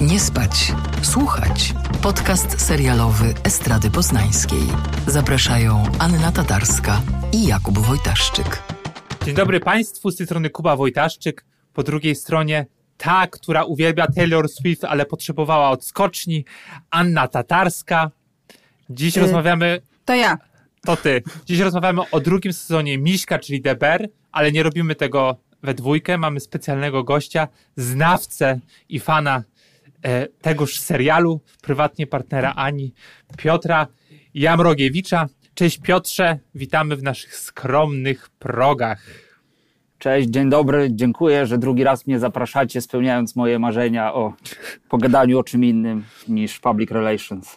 Nie spać, słuchać. Podcast serialowy Estrady Poznańskiej. Zapraszają Anna Tatarska i Jakub Wojtaszczyk. Dzień dobry Państwu, z tej strony Kuba Wojtaszczyk. Po drugiej stronie ta, która uwielbia Taylor Swift, ale potrzebowała odskoczni, Anna Tatarska. Dziś rozmawiamy... To ja. To ty. Dziś rozmawiamy o drugim sezonie Miśka, czyli The Bear, ale nie robimy tego we dwójkę. Mamy specjalnego gościa, znawcę i fana tegoż serialu, prywatnie partnera Ani, Piotra Jamrogiewicza. Cześć Piotrze, witamy w naszych skromnych progach. Cześć, dzień dobry, dziękuję, że drugi raz mnie zapraszacie, spełniając moje marzenia o pogadaniu o czym innym niż public relations.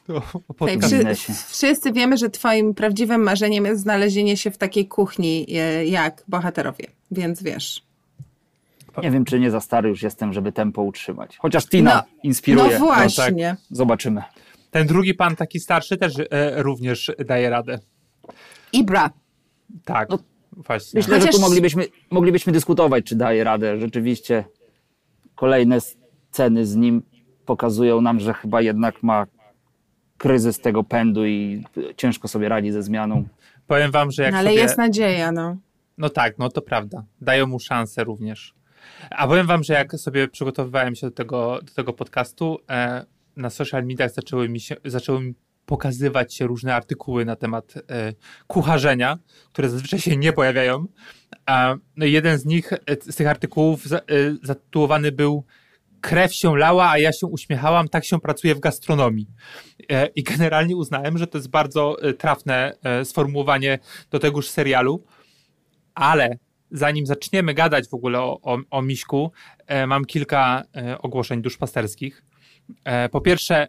Wszyscy wiemy, że twoim prawdziwym marzeniem jest znalezienie się w takiej kuchni jak bohaterowie, więc wiesz. Nie wiem, czy nie za stary już jestem, żeby tempo utrzymać. Chociaż Tina inspiruje. No właśnie. Tak, zobaczymy. Ten drugi pan, taki starszy, też również daje radę. Ibra. Tak, no, właśnie. Myślę, że tu moglibyśmy dyskutować, czy daje radę. Rzeczywiście kolejne sceny z nim pokazują nam, że chyba jednak ma kryzys tego pędu i ciężko sobie radzi ze zmianą. Powiem wam, że jak ale sobie... jest nadzieja, no. No tak, no to prawda. Dają mu szansę również. A powiem wam, że jak sobie przygotowywałem się do tego podcastu, na social mediach zaczęły mi pokazywać się różne artykuły na temat kucharzenia, które zazwyczaj się nie pojawiają. No i jeden z nich, z tych artykułów zatytułowany był "Krew się lała, a ja się uśmiechałam, tak się pracuje w gastronomii". I generalnie uznałem, że to jest bardzo trafne sformułowanie do tegoż serialu, ale zanim zaczniemy gadać w ogóle o Miśku, mam kilka ogłoszeń duszpasterskich. Po pierwsze,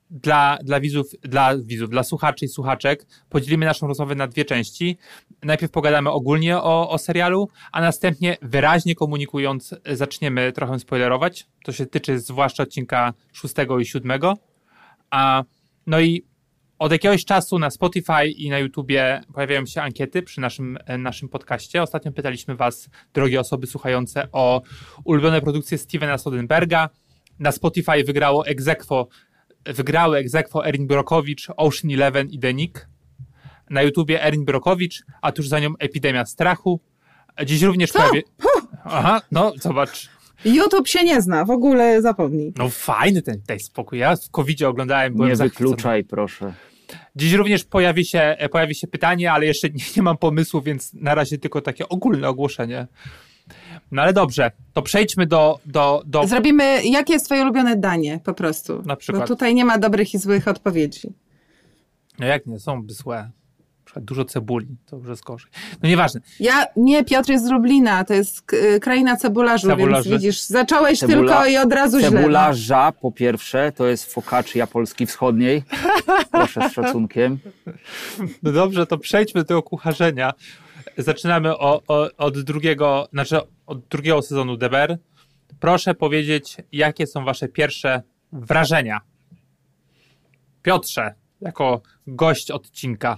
dla słuchaczy i słuchaczek podzielimy naszą rozmowę na dwie części. Najpierw pogadamy ogólnie o serialu, a następnie wyraźnie komunikując zaczniemy trochę spoilerować. To się tyczy zwłaszcza odcinka 6 i 7. No i od jakiegoś czasu na Spotify i na YouTubie pojawiają się ankiety przy naszym podcaście. Ostatnio pytaliśmy was, drogie osoby słuchające, o ulubione produkcje Stevena Soderbergha. Na Spotify wygrały ex aequo Erin Brockovich, Ocean Eleven i The Nick. Na YouTubie Erin Brockovich, a tuż za nią Epidemia strachu. Dziś również Aha, no zobacz. YouTube się nie zna, w ogóle zapomnij. No fajny daj spokój. Ja w COVID-zie oglądałem, byłem zachwycony. Nie wykluczaj, proszę. Dziś również pojawi się pytanie, ale jeszcze nie mam pomysłu, więc na razie tylko takie ogólne ogłoszenie. No ale dobrze, to przejdźmy do... Zrobimy, jakie jest twoje ulubione danie, po prostu. Na przykład. Bo tutaj nie ma dobrych i złych odpowiedzi. No jak nie, są złe. Na przykład dużo cebuli, to już jest gorzej. No nieważne. Piotr jest z Lublina, to jest kraina cebularzu, więc widzisz, zacząłeś tylko i od razu źle. Cebularza, po pierwsze, to jest focaccia Polski Wschodniej. Proszę z szacunkiem. No dobrze, to przejdźmy do tego kucharzenia. Zaczynamy od drugiego sezonu The Bear. Proszę powiedzieć, jakie są wasze pierwsze wrażenia? Piotrze, jako gość odcinka.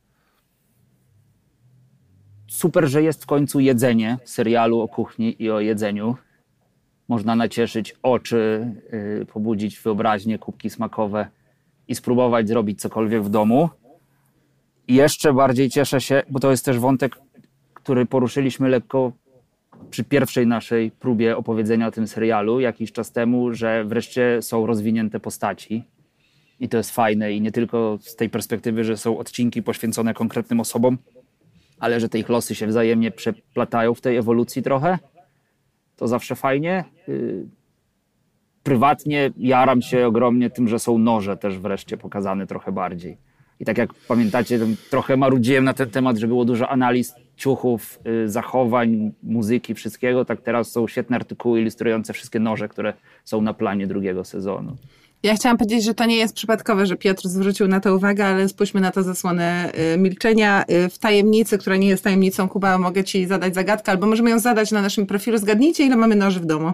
Super, że jest w końcu jedzenie w serialu o kuchni i o jedzeniu. Można nacieszyć oczy, pobudzić wyobraźnię, kubki smakowe i spróbować zrobić cokolwiek w domu. I jeszcze bardziej cieszę się, bo to jest też wątek, który poruszyliśmy lekko przy pierwszej naszej próbie opowiedzenia o tym serialu jakiś czas temu, że wreszcie są rozwinięte postaci. I to jest fajne i nie tylko z tej perspektywy, że są odcinki poświęcone konkretnym osobom, ale że te ich losy się wzajemnie przeplatają w tej ewolucji trochę. To zawsze fajnie. Prywatnie jaram się ogromnie tym, że są noże też wreszcie pokazane trochę bardziej. I tak jak pamiętacie, trochę marudziłem na ten temat, że było dużo analiz ciuchów, zachowań, muzyki, wszystkiego. Tak teraz są świetne artykuły ilustrujące wszystkie noże, które są na planie drugiego sezonu. Ja chciałam powiedzieć, że to nie jest przypadkowe, że Piotr zwrócił na to uwagę, ale spójrzmy na to zasłonę milczenia. W tajemnicy, która nie jest tajemnicą, Kuba, mogę ci zadać zagadkę, albo możemy ją zadać na naszym profilu. Zgadnijcie, ile mamy noży w domu.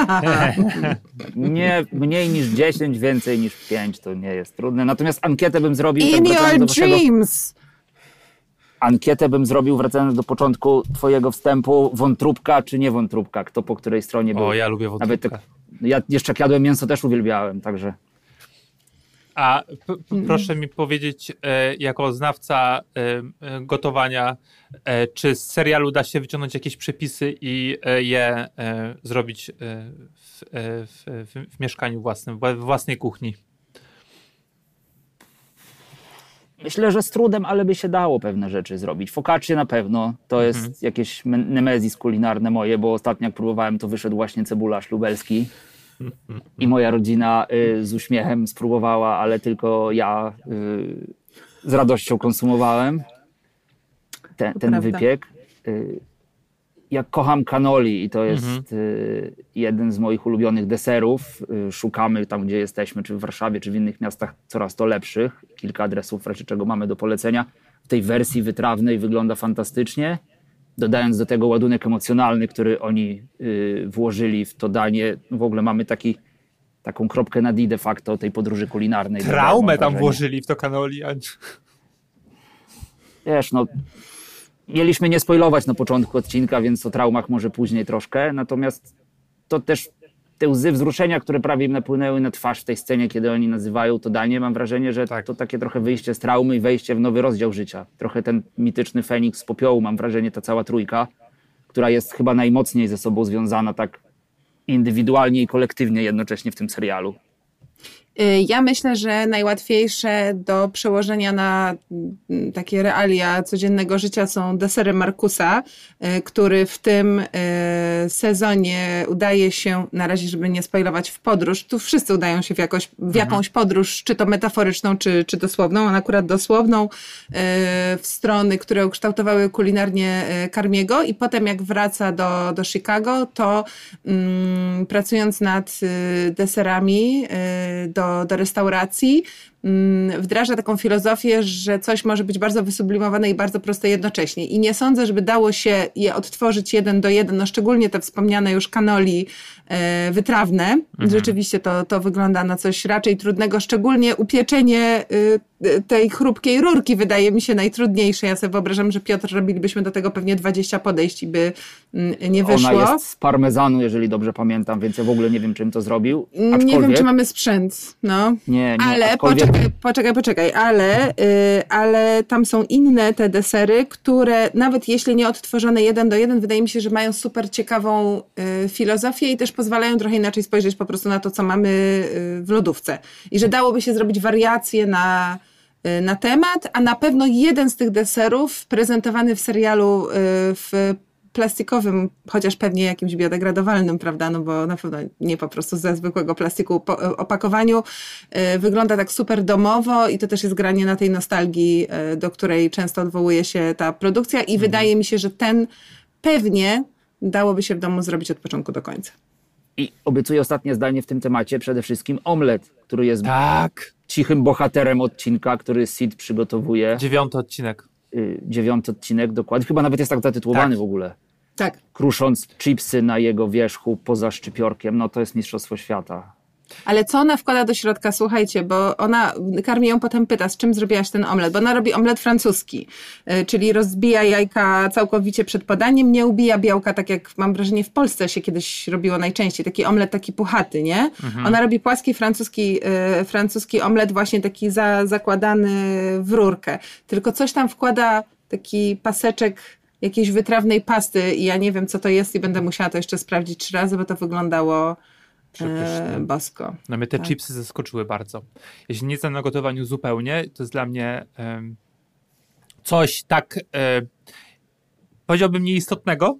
Nie, mniej niż 10, więcej niż 5, to nie jest trudne. Natomiast ankietę bym zrobił... In your dreams! Ankietę bym zrobił, wracając do początku twojego wstępu, wątróbka czy nie wątróbka? Kto po której stronie był? O, ja lubię wątróbkę. Ja jeszcze jak jadłem mięso, też uwielbiałem, także... A proszę mi powiedzieć, jako znawca gotowania, czy z serialu da się wyciągnąć jakieś przepisy i je zrobić w mieszkaniu własnym, w własnej kuchni? Myślę, że z trudem, ale by się dało pewne rzeczy zrobić. Focaccia na pewno, to jest jakieś nemezis kulinarne moje, bo ostatnio jak próbowałem, to wyszedł właśnie cebularz lubelski i moja rodzina z uśmiechem spróbowała, ale tylko ja z radością konsumowałem ten wypiek. Ja kocham cannoli i to jest jeden z moich ulubionych deserów. Szukamy tam, gdzie jesteśmy, czy w Warszawie, czy w innych miastach coraz to lepszych. Kilka adresów, w razie czego mamy do polecenia. W tej wersji wytrawnej wygląda fantastycznie. Dodając do tego ładunek emocjonalny, który oni włożyli w to danie. W ogóle mamy taką kropkę nad i de facto tej podróży kulinarnej. Traumę tam włożyli w to cannoli. Wiesz, no... Mieliśmy nie spoilować na początku odcinka, więc o traumach może później troszkę. Natomiast to też te łzy wzruszenia, które prawie im napłynęły na twarz w tej scenie, kiedy oni nazywają to danie, mam wrażenie, że to takie trochę wyjście z traumy i wejście w nowy rozdział życia. Trochę ten mityczny Feniks z popiołu, mam wrażenie, ta cała trójka, która jest chyba najmocniej ze sobą związana tak indywidualnie i kolektywnie jednocześnie w tym serialu. Ja myślę, że najłatwiejsze do przełożenia na takie realia codziennego życia są desery Markusa, który w tym sezonie udaje się, na razie żeby nie spoilować, w podróż. Tu wszyscy udają się w jakąś podróż, czy to metaforyczną, czy dosłowną, on akurat dosłowną, w strony, które ukształtowały kulinarnie Carmiego i potem jak wraca do Chicago, to pracując nad deserami do restauracji, wdraża taką filozofię, że coś może być bardzo wysublimowane i bardzo proste jednocześnie. I nie sądzę, żeby dało się je odtworzyć 1:1, no szczególnie te wspomniane już cannoli wytrawne. Rzeczywiście to wygląda na coś raczej trudnego, szczególnie upieczenie tej chrupkiej rurki wydaje mi się najtrudniejsze. Ja sobie wyobrażam, że Piotr, robilibyśmy do tego pewnie 20 podejść i by nie wyszło. Ona jest z parmezanu, jeżeli dobrze pamiętam, więc ja w ogóle nie wiem, czym to zrobił. Aczkolwiek... Nie wiem, czy mamy sprzęt, no. Nie, ale aczkolwiek... poczekaj, ale tam są inne te desery, które nawet jeśli nie odtworzone 1:1, wydaje mi się, że mają super ciekawą filozofię i też pozwalają trochę inaczej spojrzeć po prostu na to, co mamy w lodówce. I że dałoby się zrobić wariacje na temat, a na pewno jeden z tych deserów prezentowany w serialu w plastikowym, chociaż pewnie jakimś biodegradowalnym, prawda, no bo na pewno nie po prostu ze zwykłego plastiku opakowaniu, wygląda tak super domowo i to też jest granie na tej nostalgii, do której często odwołuje się ta produkcja i wydaje mi się, że ten pewnie dałoby się w domu zrobić od początku do końca. I obiecuję ostatnie zdanie w tym temacie, przede wszystkim omlet, który jest cichym bohaterem odcinka, który Sid przygotowuje. 9. odcinek. 9. odcinek, dokładnie. Chyba nawet jest tak zatytułowany w ogóle. Tak. Krusząc chipsy na jego wierzchu poza szczypiorkiem, no to jest mistrzostwo świata. Ale co ona wkłada do środka? Słuchajcie, bo Carmi ją potem pyta, z czym zrobiłaś ten omlet? Bo ona robi omlet francuski, czyli rozbija jajka całkowicie przed podaniem, nie ubija białka, tak jak mam wrażenie w Polsce się kiedyś robiło najczęściej. Taki omlet taki puchaty, nie? Ona robi płaski francuski omlet właśnie taki zakładany w rurkę. Tylko coś tam wkłada, taki paseczek jakiejś wytrawnej pasty i ja nie wiem, co to jest i będę musiała to jeszcze sprawdzić 3 razy, bo to wyglądało bosko. No mnie te chipsy zaskoczyły bardzo. Ja się nie znam na gotowaniu zupełnie. To jest dla mnie coś tak powiedziałbym nieistotnego.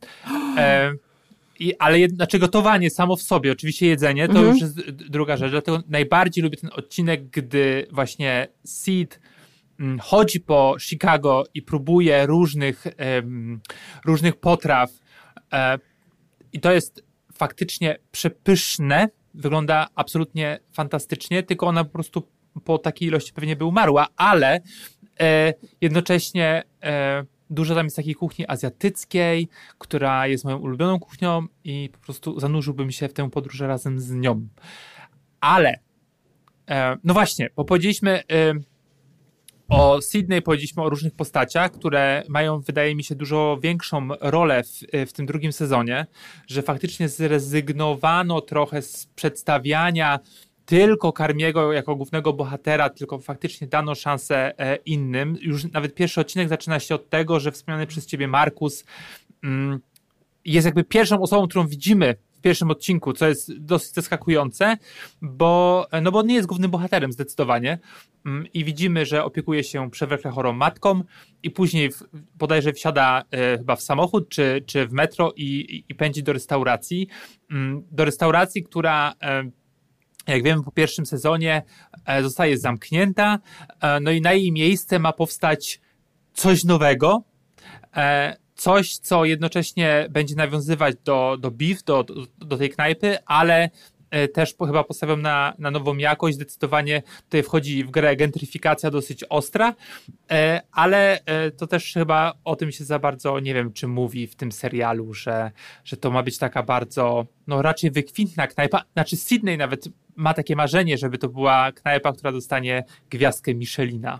Ale znaczy gotowanie samo w sobie, oczywiście jedzenie, to już jest druga rzecz. Dlatego najbardziej lubię ten odcinek, gdy właśnie Sid chodzi po Chicago i próbuje różnych potraw. I to jest faktycznie przepyszne, wygląda absolutnie fantastycznie, tylko ona po prostu po takiej ilości pewnie by umarła, ale jednocześnie dużo tam jest takiej kuchni azjatyckiej, która jest moją ulubioną kuchnią i po prostu zanurzyłbym się w tę podróż razem z nią. Ale no właśnie, bo powiedzieliśmy O Sydney powiedzieliśmy o różnych postaciach, które mają, wydaje mi się, dużo większą rolę w tym drugim sezonie, że faktycznie zrezygnowano trochę z przedstawiania tylko Carmiego jako głównego bohatera, tylko faktycznie dano szansę innym. Już nawet pierwszy odcinek zaczyna się od tego, że wspomniany przez ciebie Markus jest jakby pierwszą osobą, którą widzimy w pierwszym odcinku, co jest dosyć zaskakujące, bo on nie jest głównym bohaterem zdecydowanie i widzimy, że opiekuje się przewlekle chorą matką i później bodajże wsiada chyba w samochód czy w metro i pędzi do restauracji, która jak wiemy po pierwszym sezonie zostaje zamknięta, no i na jej miejsce ma powstać coś nowego, coś, co jednocześnie będzie nawiązywać do Beef, do tej knajpy, ale też chyba postawią na nową jakość. Zdecydowanie tutaj wchodzi w grę gentryfikacja dosyć ostra, ale to też chyba o tym się za bardzo nie wiem, czy mówi w tym serialu, że to ma być taka bardzo, raczej wykwintna knajpa. Znaczy Sydney nawet ma takie marzenie, żeby to była knajpa, która dostanie gwiazdkę Michelina.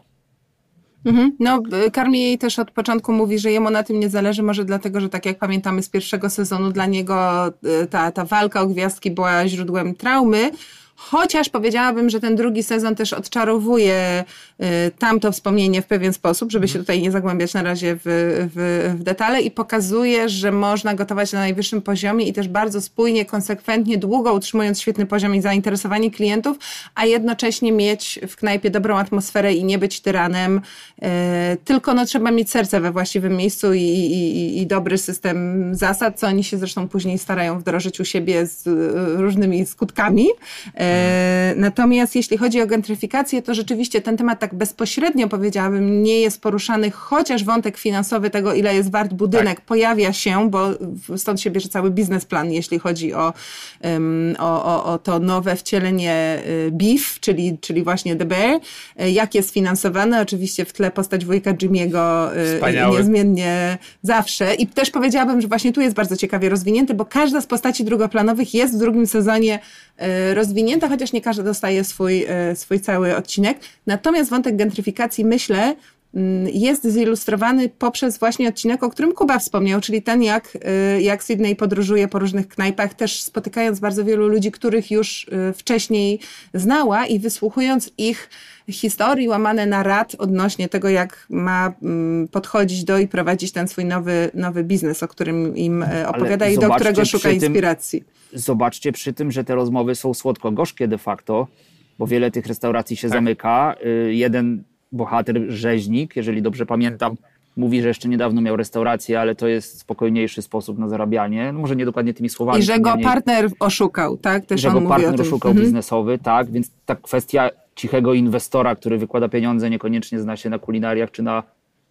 Carmi jej też od początku mówi, że jemu na tym nie zależy, może dlatego, że tak jak pamiętamy z pierwszego sezonu, dla niego ta walka o gwiazdki była źródłem traumy, chociaż powiedziałabym, że ten drugi sezon też odczarowuje tamto wspomnienie w pewien sposób, żeby się tutaj nie zagłębiać na razie w detale i pokazuje, że można gotować na najwyższym poziomie i też bardzo spójnie, konsekwentnie, długo utrzymując świetny poziom i zainteresowanie klientów, a jednocześnie mieć w knajpie dobrą atmosferę i nie być tyranem, tylko trzeba mieć serce we właściwym miejscu i dobry system zasad, co oni się zresztą później starają wdrożyć u siebie z różnymi skutkami. Natomiast jeśli chodzi o gentryfikację, to rzeczywiście ten temat tak bezpośrednio, powiedziałabym, nie jest poruszany, chociaż wątek finansowy tego, ile jest wart budynek, pojawia się, bo stąd się bierze cały biznesplan, jeśli chodzi o to nowe wcielenie Beef, czyli właśnie The Bear, jak jest finansowane. Oczywiście w tle postać wujka Jimmy'ego niezmiennie zawsze. I też powiedziałabym, że właśnie tu jest bardzo ciekawie rozwinięty, bo każda z postaci drugoplanowych jest w drugim sezonie rozwinięta, chociaż nie każda dostaje swój cały odcinek. Natomiast wątek gentryfikacji, myślę, jest zilustrowany poprzez właśnie odcinek, o którym Kuba wspomniał, czyli ten, jak Sydney podróżuje po różnych knajpach, też spotykając bardzo wielu ludzi, których już wcześniej znała i wysłuchując ich historii łamane na rad odnośnie tego, jak ma podchodzić do i prowadzić ten swój nowy biznes, o którym im opowiada i do którego szuka inspiracji. Zobaczcie przy tym, że te rozmowy są słodko-gorzkie de facto, bo wiele tych restauracji się zamyka. Jeden bohater, rzeźnik, jeżeli dobrze pamiętam, mówi, że jeszcze niedawno miał restaurację, ale to jest spokojniejszy sposób na zarabianie. No może nie dokładnie tymi słowami. I że go partner oszukał, tak? Też że go partner oszukał biznesowy, tak? Więc ta kwestia cichego inwestora, który wykłada pieniądze, niekoniecznie zna się na kulinariach, czy na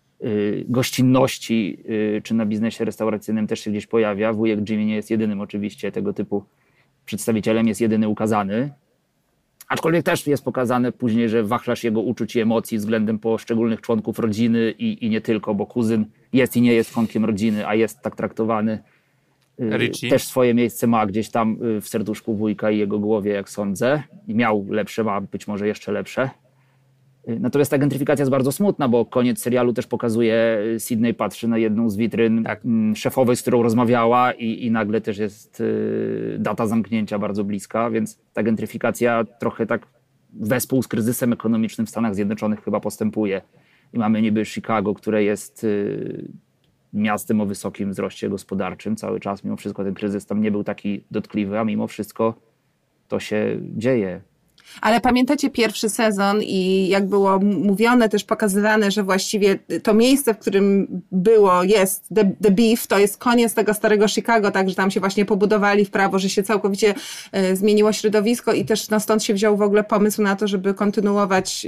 gościnności, czy na biznesie restauracyjnym też się gdzieś pojawia. Wujek Jimmy nie jest jedynym oczywiście tego typu przedstawicielem, jest jedyny ukazany. Aczkolwiek też jest pokazane później, że wachlarz jego uczuć i emocji względem poszczególnych członków rodziny i nie tylko, bo kuzyn jest i nie jest członkiem rodziny, a jest tak traktowany. Richie też swoje miejsce ma gdzieś tam w serduszku wujka i jego głowie, jak sądzę. I miał lepsze, ma być może jeszcze lepsze. Natomiast ta gentryfikacja jest bardzo smutna, bo koniec serialu też pokazuje, Sydney patrzy na jedną z witryn szefowej, z którą rozmawiała i nagle też jest data zamknięcia bardzo bliska, więc ta gentryfikacja trochę tak wespół z kryzysem ekonomicznym w Stanach Zjednoczonych chyba postępuje. I mamy niby Chicago, które jest miastem o wysokim wzroście gospodarczym cały czas. Mimo wszystko ten kryzys tam nie był taki dotkliwy, a mimo wszystko to się dzieje. Ale pamiętacie pierwszy sezon i jak było mówione, też pokazywane, że właściwie to miejsce, w którym jest The Beef, to jest koniec tego starego Chicago, tak, że tam się właśnie pobudowali w prawo, że się całkowicie zmieniło środowisko i też stąd się wziął w ogóle pomysł na to, żeby kontynuować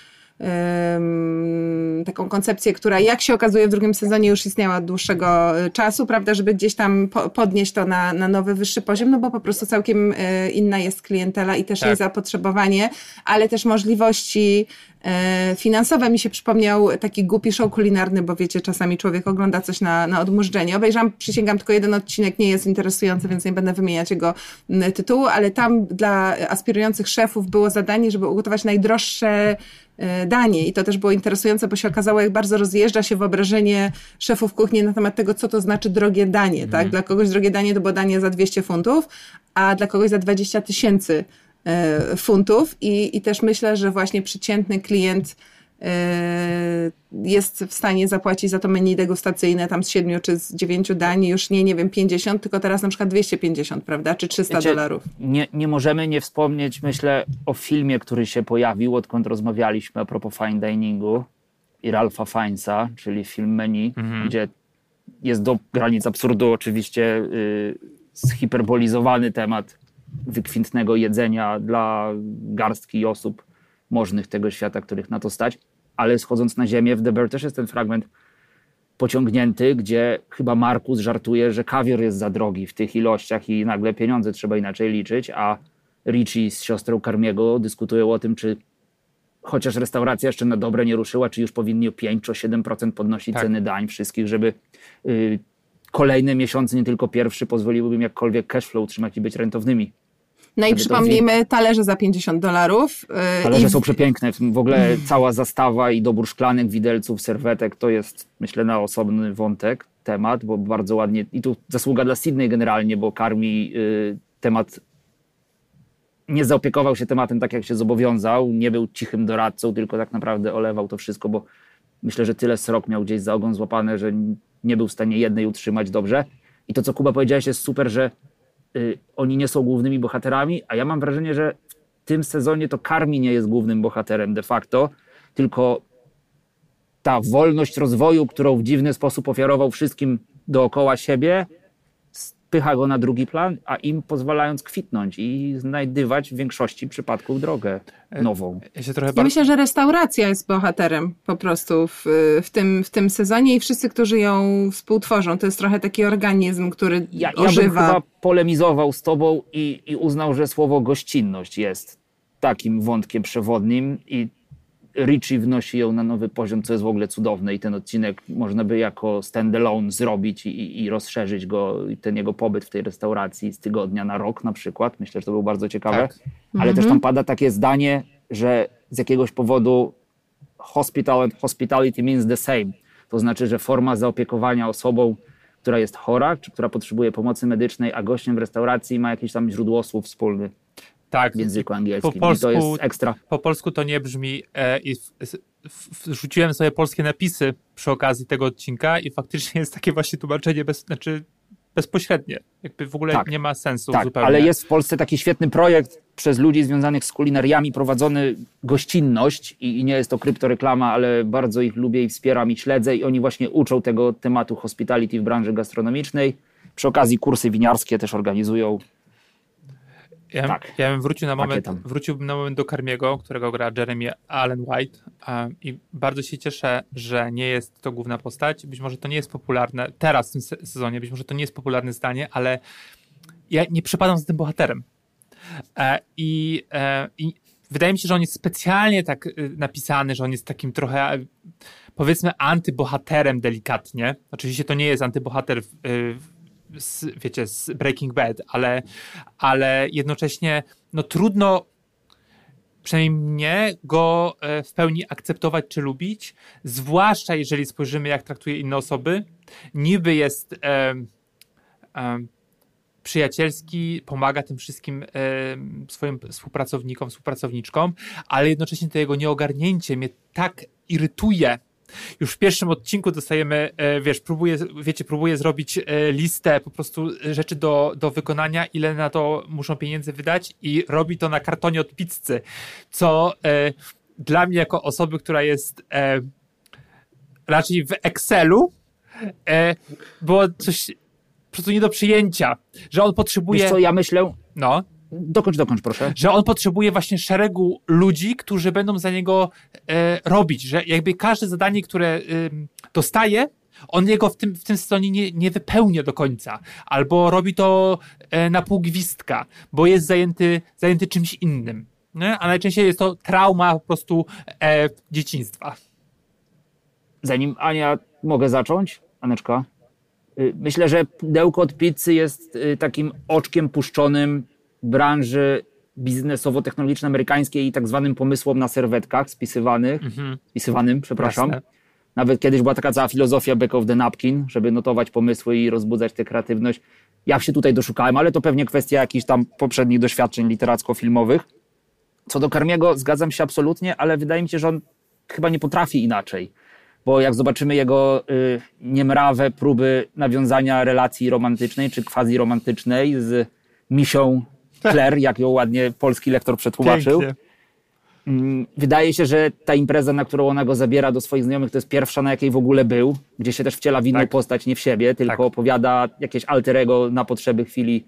taką koncepcję, która jak się okazuje w drugim sezonie już istniała od dłuższego czasu, prawda, żeby gdzieś tam podnieść to na nowy, wyższy poziom, no bo po prostu całkiem inna jest klientela i też jej zapotrzebowanie, ale też możliwości finansowe. Mi się przypomniał taki głupi show kulinarny, bo wiecie, czasami człowiek ogląda coś na odmurzczenie. Obejrzałam, przysięgam, tylko jeden odcinek, nie jest interesujący, więc nie będę wymieniać jego tytułu, ale tam dla aspirujących szefów było zadanie, żeby ugotować najdroższe danie. I to też było interesujące, bo się okazało, jak bardzo rozjeżdża się wyobrażenie szefów kuchni na temat tego, co to znaczy drogie danie. Tak? Dla kogoś drogie danie to było danie za 200 funtów, a dla kogoś za 20 000 funtów. I też myślę, że właśnie przeciętny klient jest w stanie zapłacić za to menu degustacyjne tam z 7 czy z 9 dań, już nie wiem, 50, tylko teraz na przykład 250, prawda, czy $300. Nie możemy nie wspomnieć, myślę, o filmie, który się pojawił, odkąd rozmawialiśmy a propos fine diningu i Ralpha Fiennesa, czyli film Menu, gdzie jest do granic absurdu oczywiście zhiperbolizowany temat wykwintnego jedzenia dla garstki osób możnych tego świata, których na to stać. Ale schodząc na ziemię, w The Bear też jest ten fragment pociągnięty, gdzie chyba Markus żartuje, że kawior jest za drogi w tych ilościach i nagle pieniądze trzeba inaczej liczyć, a Richie z siostrą Carmiego dyskutują o tym, czy chociaż restauracja jeszcze na dobre nie ruszyła, czy już powinni o 5 czy 7% podnosić ceny dań wszystkich, żeby kolejne miesiące, nie tylko pierwszy, pozwoliłyby im jakkolwiek cashflow utrzymać i być rentownymi. No i przypomnijmy, talerze za $50. Talerze są przepiękne. W ogóle cała zastawa i dobór szklanek, widelców, serwetek to jest, myślę, na osobny wątek, temat, bo bardzo ładnie, i tu zasługa dla Sydney generalnie, bo Carmi temat nie zaopiekował się tematem tak, jak się zobowiązał, nie był cichym doradcą, tylko tak naprawdę olewał to wszystko, bo myślę, że tyle srok miał gdzieś za ogon złapane, że nie był w stanie jednej utrzymać dobrze. I to, co Kuba powiedziałeś, jest super, że oni nie są głównymi bohaterami, a ja mam wrażenie, że w tym sezonie to Carmi nie jest głównym bohaterem de facto, tylko ta wolność rozwoju, którą w dziwny sposób ofiarował wszystkim dookoła siebie, spycha go na drugi plan, a im pozwalając kwitnąć i znajdywać w większości przypadków drogę nową. Ja myślę, że restauracja jest bohaterem po prostu w tym sezonie i wszyscy, którzy ją współtworzą. To jest trochę taki organizm, który ożywa. Ja bym chyba polemizował z tobą i uznał, że słowo gościnność jest takim wątkiem przewodnim i Richie wnosi ją na nowy poziom, co jest w ogóle cudowne i ten odcinek można by jako stand-alone zrobić i rozszerzyć go, ten jego pobyt w tej restauracji z tygodnia na rok na przykład. Myślę, że to było bardzo ciekawe. Tak. Ale też tam pada takie zdanie, że z jakiegoś powodu hospital and hospitality means the same. To znaczy, że forma zaopiekowania osobą, która jest chora, czy która potrzebuje pomocy medycznej, a gościem w restauracji ma jakieś tam źródło słów wspólny. Tak, w języku angielskim. Po polsku, to jest ekstra. Po polsku to nie brzmi rzuciłem sobie polskie napisy przy okazji tego odcinka i faktycznie jest takie właśnie tłumaczenie bezpośrednie. Jakby w ogóle nie ma sensu zupełnie. Ale jest w Polsce taki świetny projekt przez ludzi związanych z kulinariami prowadzony Gościnność i nie jest to kryptoreklama, ale bardzo ich lubię i wspieram i śledzę i oni właśnie uczą tego tematu hospitality w branży gastronomicznej. Przy okazji kursy winiarskie też organizują. Ja bym wróciłbym na moment do Carmiego, którego gra Jeremy Allen White i bardzo się cieszę, że nie jest to główna postać. Być może to nie jest popularne teraz w tym sezonie, być może to nie jest popularne zdanie, ale ja nie przepadam za tym bohaterem. I wydaje mi się, że on jest specjalnie tak napisany, że on jest takim trochę, powiedzmy, antybohaterem delikatnie. Oczywiście to nie jest antybohater z Breaking Bad, ale jednocześnie trudno, przynajmniej mnie, go w pełni akceptować czy lubić, zwłaszcza jeżeli spojrzymy, jak traktuje inne osoby. Niby jest przyjacielski, pomaga tym wszystkim swoim współpracownikom, współpracowniczkom, ale jednocześnie to jego nieogarnięcie mnie tak irytuje. Już w pierwszym odcinku dostajemy, próbuje zrobić listę po prostu rzeczy do wykonania, ile na to muszą pieniędzy wydać i robi to na kartonie od pizzy, co dla mnie jako osoby, która jest raczej w Excelu, było coś po prostu nie do przyjęcia, że on potrzebuje... Wiesz co, ja myślę... Dokończ, proszę. Że on potrzebuje właśnie szeregu ludzi, którzy będą za niego robić, że jakby każde zadanie, które dostaje, on jego w tym sezonie nie wypełnia do końca, albo robi to na pół gwizdka, bo jest zajęty czymś innym. Nie? A najczęściej jest to trauma po prostu dzieciństwa. Zanim Ania, mogę zacząć? Aneczka? Myślę, że pudełko od pizzy jest takim oczkiem puszczonym branży biznesowo-technologiczne amerykańskie i tak zwanym pomysłom na serwetkach spisywanym, przepraszam. Jasne. Nawet kiedyś była taka cała filozofia back of the napkin, żeby notować pomysły i rozbudzać tę kreatywność. Ja się tutaj doszukałem, ale to pewnie kwestia jakichś tam poprzednich doświadczeń literacko-filmowych. Co do Carmiego zgadzam się absolutnie, ale wydaje mi się, że on chyba nie potrafi inaczej. Bo jak zobaczymy jego niemrawe próby nawiązania relacji romantycznej czy quasi-romantycznej z misią Claire, jak ją ładnie polski lektor przetłumaczył. Pięknie. Wydaje się, że ta impreza, na którą ona go zabiera do swoich znajomych, to jest pierwsza, na jakiej w ogóle był, gdzie się też wciela w inną postać, nie w siebie, tylko opowiada jakieś alter ego na potrzeby chwili,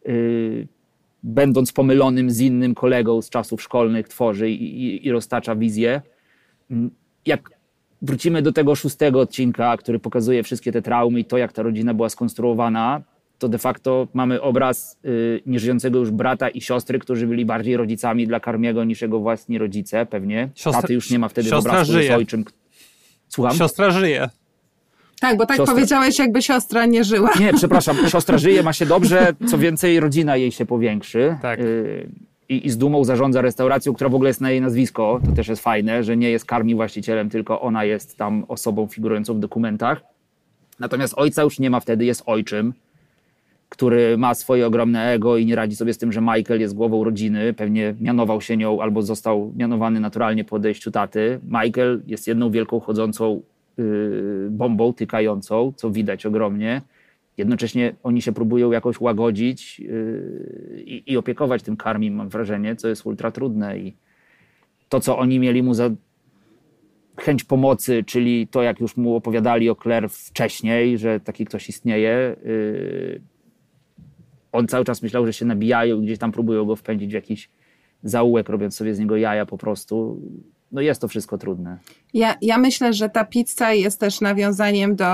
będąc pomylonym z innym kolegą z czasów szkolnych, tworzy i roztacza wizję. Jak wrócimy do tego 6. odcinka, który pokazuje wszystkie te traumy i to, jak ta rodzina była skonstruowana, to de facto mamy obraz nieżyjącego już brata i siostry, którzy byli bardziej rodzicami dla Carmiego niż jego własni rodzice, pewnie. Taty już nie ma wtedy w obrazku z ojczym. Słucham? Siostra żyje. Tak, bo tak powiedziałeś, jakby siostra nie żyła. Nie, przepraszam, siostra żyje, ma się dobrze, co więcej rodzina jej się powiększy. Tak. I z dumą zarządza restauracją, która w ogóle jest na jej nazwisko. To też jest fajne, że nie jest Carmi właścicielem, tylko ona jest tam osobą figurującą w dokumentach. Natomiast ojca już nie ma wtedy, jest ojczym, który ma swoje ogromne ego i nie radzi sobie z tym, że Michael jest głową rodziny. Pewnie mianował się nią albo został mianowany naturalnie po odejściu taty. Michael jest jedną wielką chodzącą bombą tykającą, co widać ogromnie. Jednocześnie oni się próbują jakoś łagodzić i opiekować tym Carmim, mam wrażenie, co jest ultra trudne. I to, co oni mieli mu za chęć pomocy, czyli to, jak już mu opowiadali o Claire wcześniej, że taki ktoś istnieje, on cały czas myślał, że się nabijają i gdzieś tam próbują go wpędzić w jakiś zaułek, robiąc sobie z niego jaja po prostu. No jest to wszystko trudne. Ja myślę, że ta pizza jest też nawiązaniem do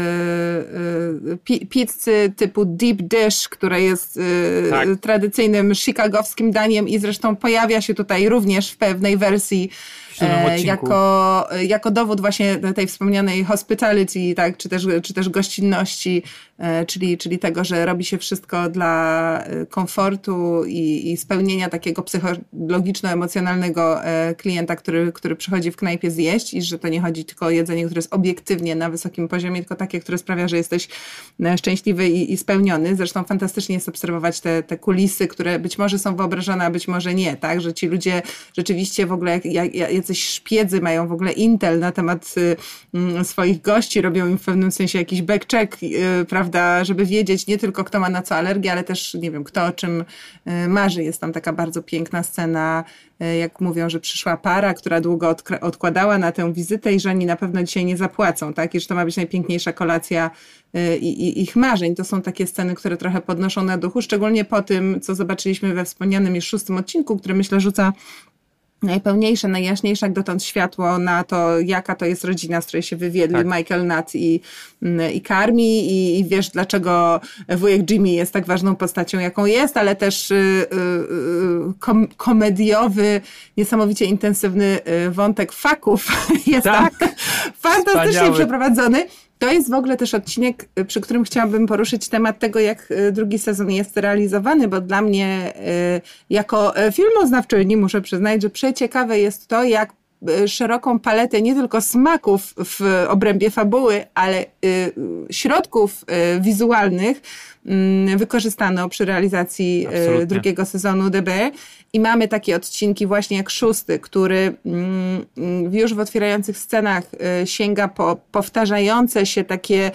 pizzy typu deep dish, która jest tradycyjnym chicagowskim daniem i zresztą pojawia się tutaj również w pewnej wersji jako dowód właśnie tej wspomnianej hospitality, tak, czy też gościnności, czyli tego, że robi się wszystko dla komfortu i spełnienia takiego psychologiczno-emocjonalnego klienta, który przychodzi w knajpie zjeść i że to nie chodzi tylko o jedzenie, które jest obiektywnie na wysokim poziomie, tylko takie, które sprawia, że jesteś szczęśliwy i spełniony. Zresztą fantastycznie jest obserwować te kulisy, które być może są wyobrażone, a być może nie, tak, że ci ludzie rzeczywiście w ogóle jacyś szpiedzy mają w ogóle intel na temat swoich gości, robią im w pewnym sensie jakiś backcheck, prawda, żeby wiedzieć nie tylko kto ma na co alergię, ale też nie wiem, kto o czym marzy. Jest tam taka bardzo piękna scena, jak mówią, że przyszła para, która długo odkładała na tę wizytę i że oni na pewno dzisiaj nie zapłacą, tak? I że to ma być najpiękniejsza kolacja ich marzeń. To są takie sceny, które trochę podnoszą na duchu, szczególnie po tym, co zobaczyliśmy we wspomnianym już 6. odcinku, który myślę rzuca najpełniejsze, najjaśniejsze jak dotąd światło na to, jaka to jest rodzina, z której się wywiedli Michael, Nat i Carmi i wiesz, dlaczego wujek Jimmy jest tak ważną postacią, jaką jest, ale też komediowy, niesamowicie intensywny wątek faków jest tak fantastycznie przeprowadzony. To jest w ogóle też odcinek, przy którym chciałabym poruszyć temat tego, jak drugi sezon jest realizowany, bo dla mnie jako filmoznawczyni muszę przyznać, że przeciekawe jest to, jak szeroką paletę nie tylko smaków w obrębie fabuły, ale środków wizualnych wykorzystano przy realizacji drugiego sezonu DB. I mamy takie odcinki właśnie jak 6, który już w otwierających scenach sięga po powtarzające się takie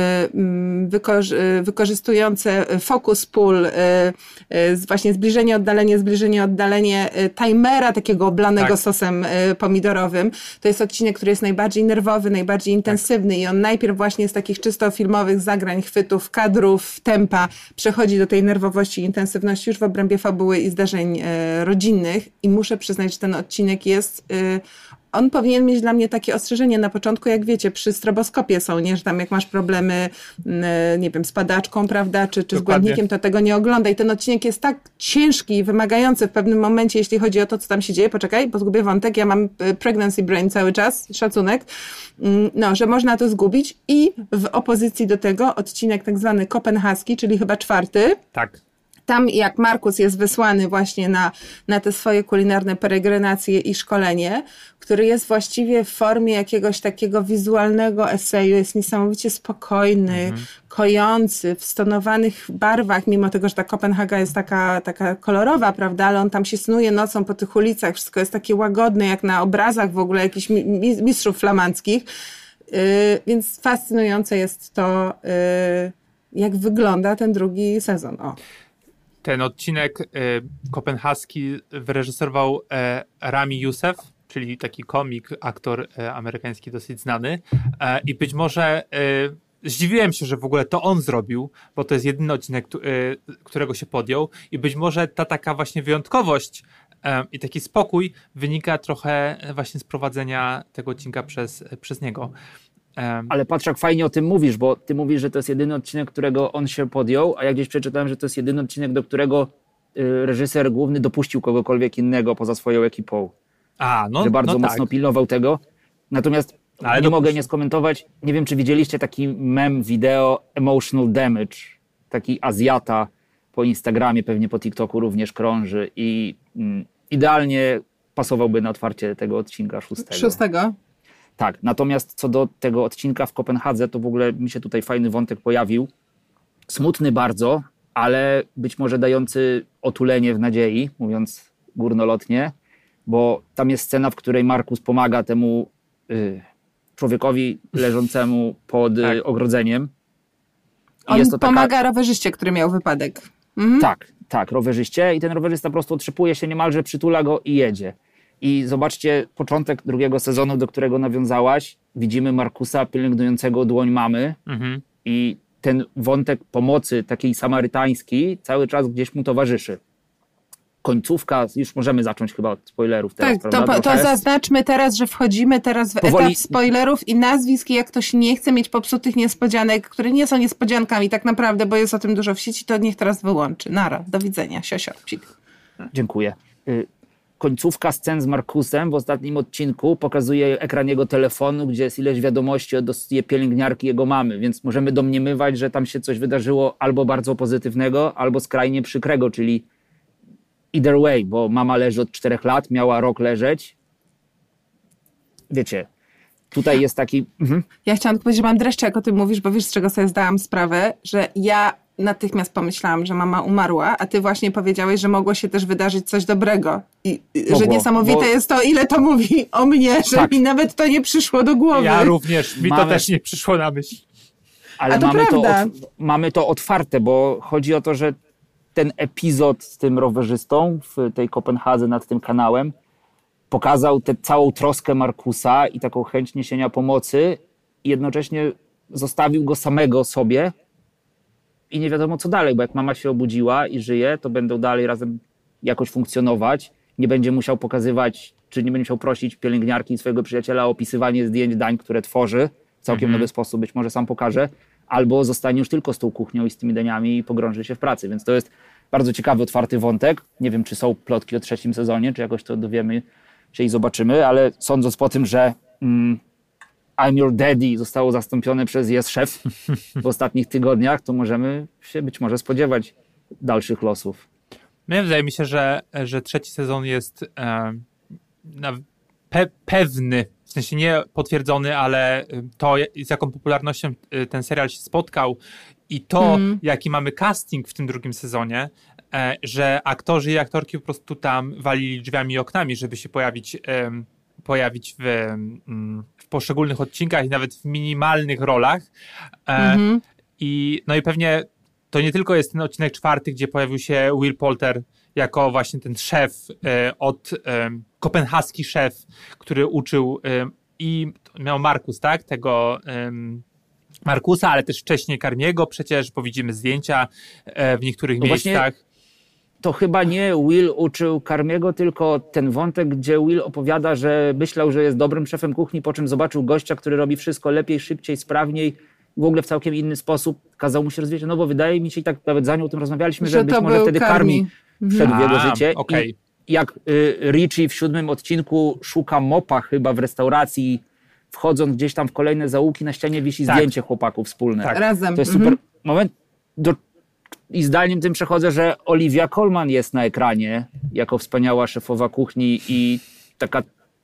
wykorzystujące focus pull, właśnie zbliżenie, oddalenie timera takiego oblanego sosem pomidorowym. To jest odcinek, który jest najbardziej nerwowy, najbardziej intensywny i on najpierw właśnie z takich czysto filmowych zagrań, chwytów, kadrów, tempa przechodzi do tej nerwowości i intensywności już w obrębie fabuły i zdarzeń rodzinnych i muszę przyznać, że ten odcinek jest, on powinien mieć dla mnie takie ostrzeżenie na początku, jak wiecie, przy stroboskopie są, nie, że tam jak masz problemy, nie wiem, z padaczką, prawda, czy z błędnikiem, to tego nie oglądaj. Ten odcinek jest tak ciężki i wymagający w pewnym momencie, jeśli chodzi o to, co tam się dzieje. Poczekaj, bo zgubię wątek, ja mam pregnancy brain cały czas, szacunek, no, że można to zgubić i w opozycji do tego odcinek tak zwany kopenhaski, czyli chyba 4. Tak. Tam jak Markus jest wysłany właśnie na te swoje kulinarne peregrinacje i szkolenie, który jest właściwie w formie jakiegoś takiego wizualnego eseju, jest niesamowicie spokojny, kojący, w stonowanych barwach, mimo tego, że ta Kopenhaga jest taka kolorowa, prawda, ale on tam się snuje nocą po tych ulicach, wszystko jest takie łagodne, jak na obrazach w ogóle jakichś mistrzów flamandzkich, więc fascynujące jest to, jak wygląda ten drugi sezon. Ten odcinek kopenhaski wyreżyserował Rami Youssef, czyli taki komik, aktor amerykański dosyć znany. I być może zdziwiłem się, że w ogóle to on zrobił, bo to jest jedyny odcinek, którego się podjął. I być może ta taka właśnie wyjątkowość i taki spokój wynika trochę właśnie z prowadzenia tego odcinka przez niego. Ale patrz, jak fajnie o tym mówisz, bo ty mówisz, że to jest jedyny odcinek, którego on się podjął, a ja gdzieś przeczytałem, że to jest jedyny odcinek, do którego reżyser główny dopuścił kogokolwiek innego poza swoją ekipą. Że bardzo mocno pilnował tego. Natomiast nie mogę nie skomentować. Nie wiem, czy widzieliście taki mem wideo Emotional Damage. Taki Azjata po Instagramie, pewnie po TikToku również krąży i idealnie pasowałby na otwarcie tego odcinka 6. Tak, natomiast co do tego odcinka w Kopenhadze, to w ogóle mi się tutaj fajny wątek pojawił. Smutny bardzo, ale być może dający otulenie w nadziei, mówiąc górnolotnie, bo tam jest scena, w której Markus pomaga temu człowiekowi leżącemu pod ogrodzeniem. On jest to pomaga rowerzyście, który miał wypadek. Tak, rowerzyście i ten rowerzysta po prostu otrzepuje się niemalże, przytula go i jedzie. I zobaczcie początek drugiego sezonu, do którego nawiązałaś. Widzimy Markusa pielęgnującego dłoń mamy i ten wątek pomocy takiej samarytańskiej cały czas gdzieś mu towarzyszy. Końcówka, już możemy zacząć chyba od spoilerów teraz, tak, prawda? To zaznaczmy teraz, że wchodzimy teraz w etap spoilerów i nazwisk, i jak ktoś nie chce mieć popsutych niespodzianek, które nie są niespodziankami tak naprawdę, bo jest o tym dużo w sieci, to niech teraz wyłączy. Nara, do widzenia, siosio, psik. Dziękuję. Końcówka scen z Markusem w ostatnim odcinku pokazuje ekran jego telefonu, gdzie jest ileś wiadomości od pielęgniarki jego mamy, więc możemy domniemywać, że tam się coś wydarzyło albo bardzo pozytywnego, albo skrajnie przykrego, czyli either way, bo mama leży od 4 lat, miała rok leżeć. Wiecie, tutaj jest taki... Ja chciałam tylko powiedzieć, że mam dreszcze, jak o tym mówisz, bo wiesz, z czego sobie zdałam sprawę, że ja natychmiast pomyślałam, że mama umarła, a ty właśnie powiedziałeś, że mogło się też wydarzyć coś dobrego. I że niesamowite jest to, ile to mówi o mnie, że mi nawet to nie przyszło do głowy. Ja również, mi to też nie przyszło na myśl. Ale mamy to otwarte, bo chodzi o to, że ten epizod z tym rowerzystą w tej Kopenhadze nad tym kanałem pokazał tę całą troskę Markusa i taką chęć niesienia pomocy i jednocześnie zostawił go samego sobie i nie wiadomo co dalej, bo jak mama się obudziła i żyje, to będą dalej razem jakoś funkcjonować. Nie będzie musiał pokazywać, czy nie będzie musiał prosić pielęgniarki i swojego przyjaciela o opisywanie zdjęć dań, które tworzy w całkiem nowy sposób, być może sam pokaże, albo zostanie już tylko z tą kuchnią i z tymi daniami i pogrąży się w pracy. Więc to jest bardzo ciekawy, otwarty wątek. Nie wiem, czy są plotki o 3. sezonie, czy jakoś to dowiemy się i zobaczymy, ale sądząc po tym, że I'm Your Daddy zostało zastąpione przez Yes Chef w ostatnich tygodniach, to możemy się być może spodziewać dalszych losów. Wydaje mi się, że 3. sezon jest pewny, w sensie nie potwierdzony, ale to, z jaką popularnością ten serial się spotkał i to, jaki mamy casting w tym 2. sezonie, że aktorzy i aktorki po prostu tam walili drzwiami i oknami, żeby się pojawić w poszczególnych odcinkach i nawet w minimalnych rolach. I pewnie to nie tylko jest ten odcinek 4, gdzie pojawił się Will Poulter jako właśnie ten szef, kopenhaski szef, który uczył i miał Markus, tak? Tego Markusa, ale też wcześniej Carmiego przecież, bo widzimy zdjęcia w niektórych miejscach. To chyba nie Will uczył Carmiego, tylko ten wątek, gdzie Will opowiada, że myślał, że jest dobrym szefem kuchni, po czym zobaczył gościa, który robi wszystko lepiej, szybciej, sprawniej, w ogóle w całkiem inny sposób. Kazał mu się rozwijać, no bo wydaje mi się, i tak nawet za nią o tym rozmawialiśmy, że być może wtedy Carmi wszedł w jego życie. Okay. I jak Richie w 7. odcinku szuka mopa chyba w restauracji, wchodząc gdzieś tam w kolejne zaułki, na ścianie wisi zdjęcie chłopaków wspólne. Tak. Razem. To jest super moment, I zdaniem tym przechodzę, że Olivia Colman jest na ekranie jako wspaniała szefowa kuchni i taka...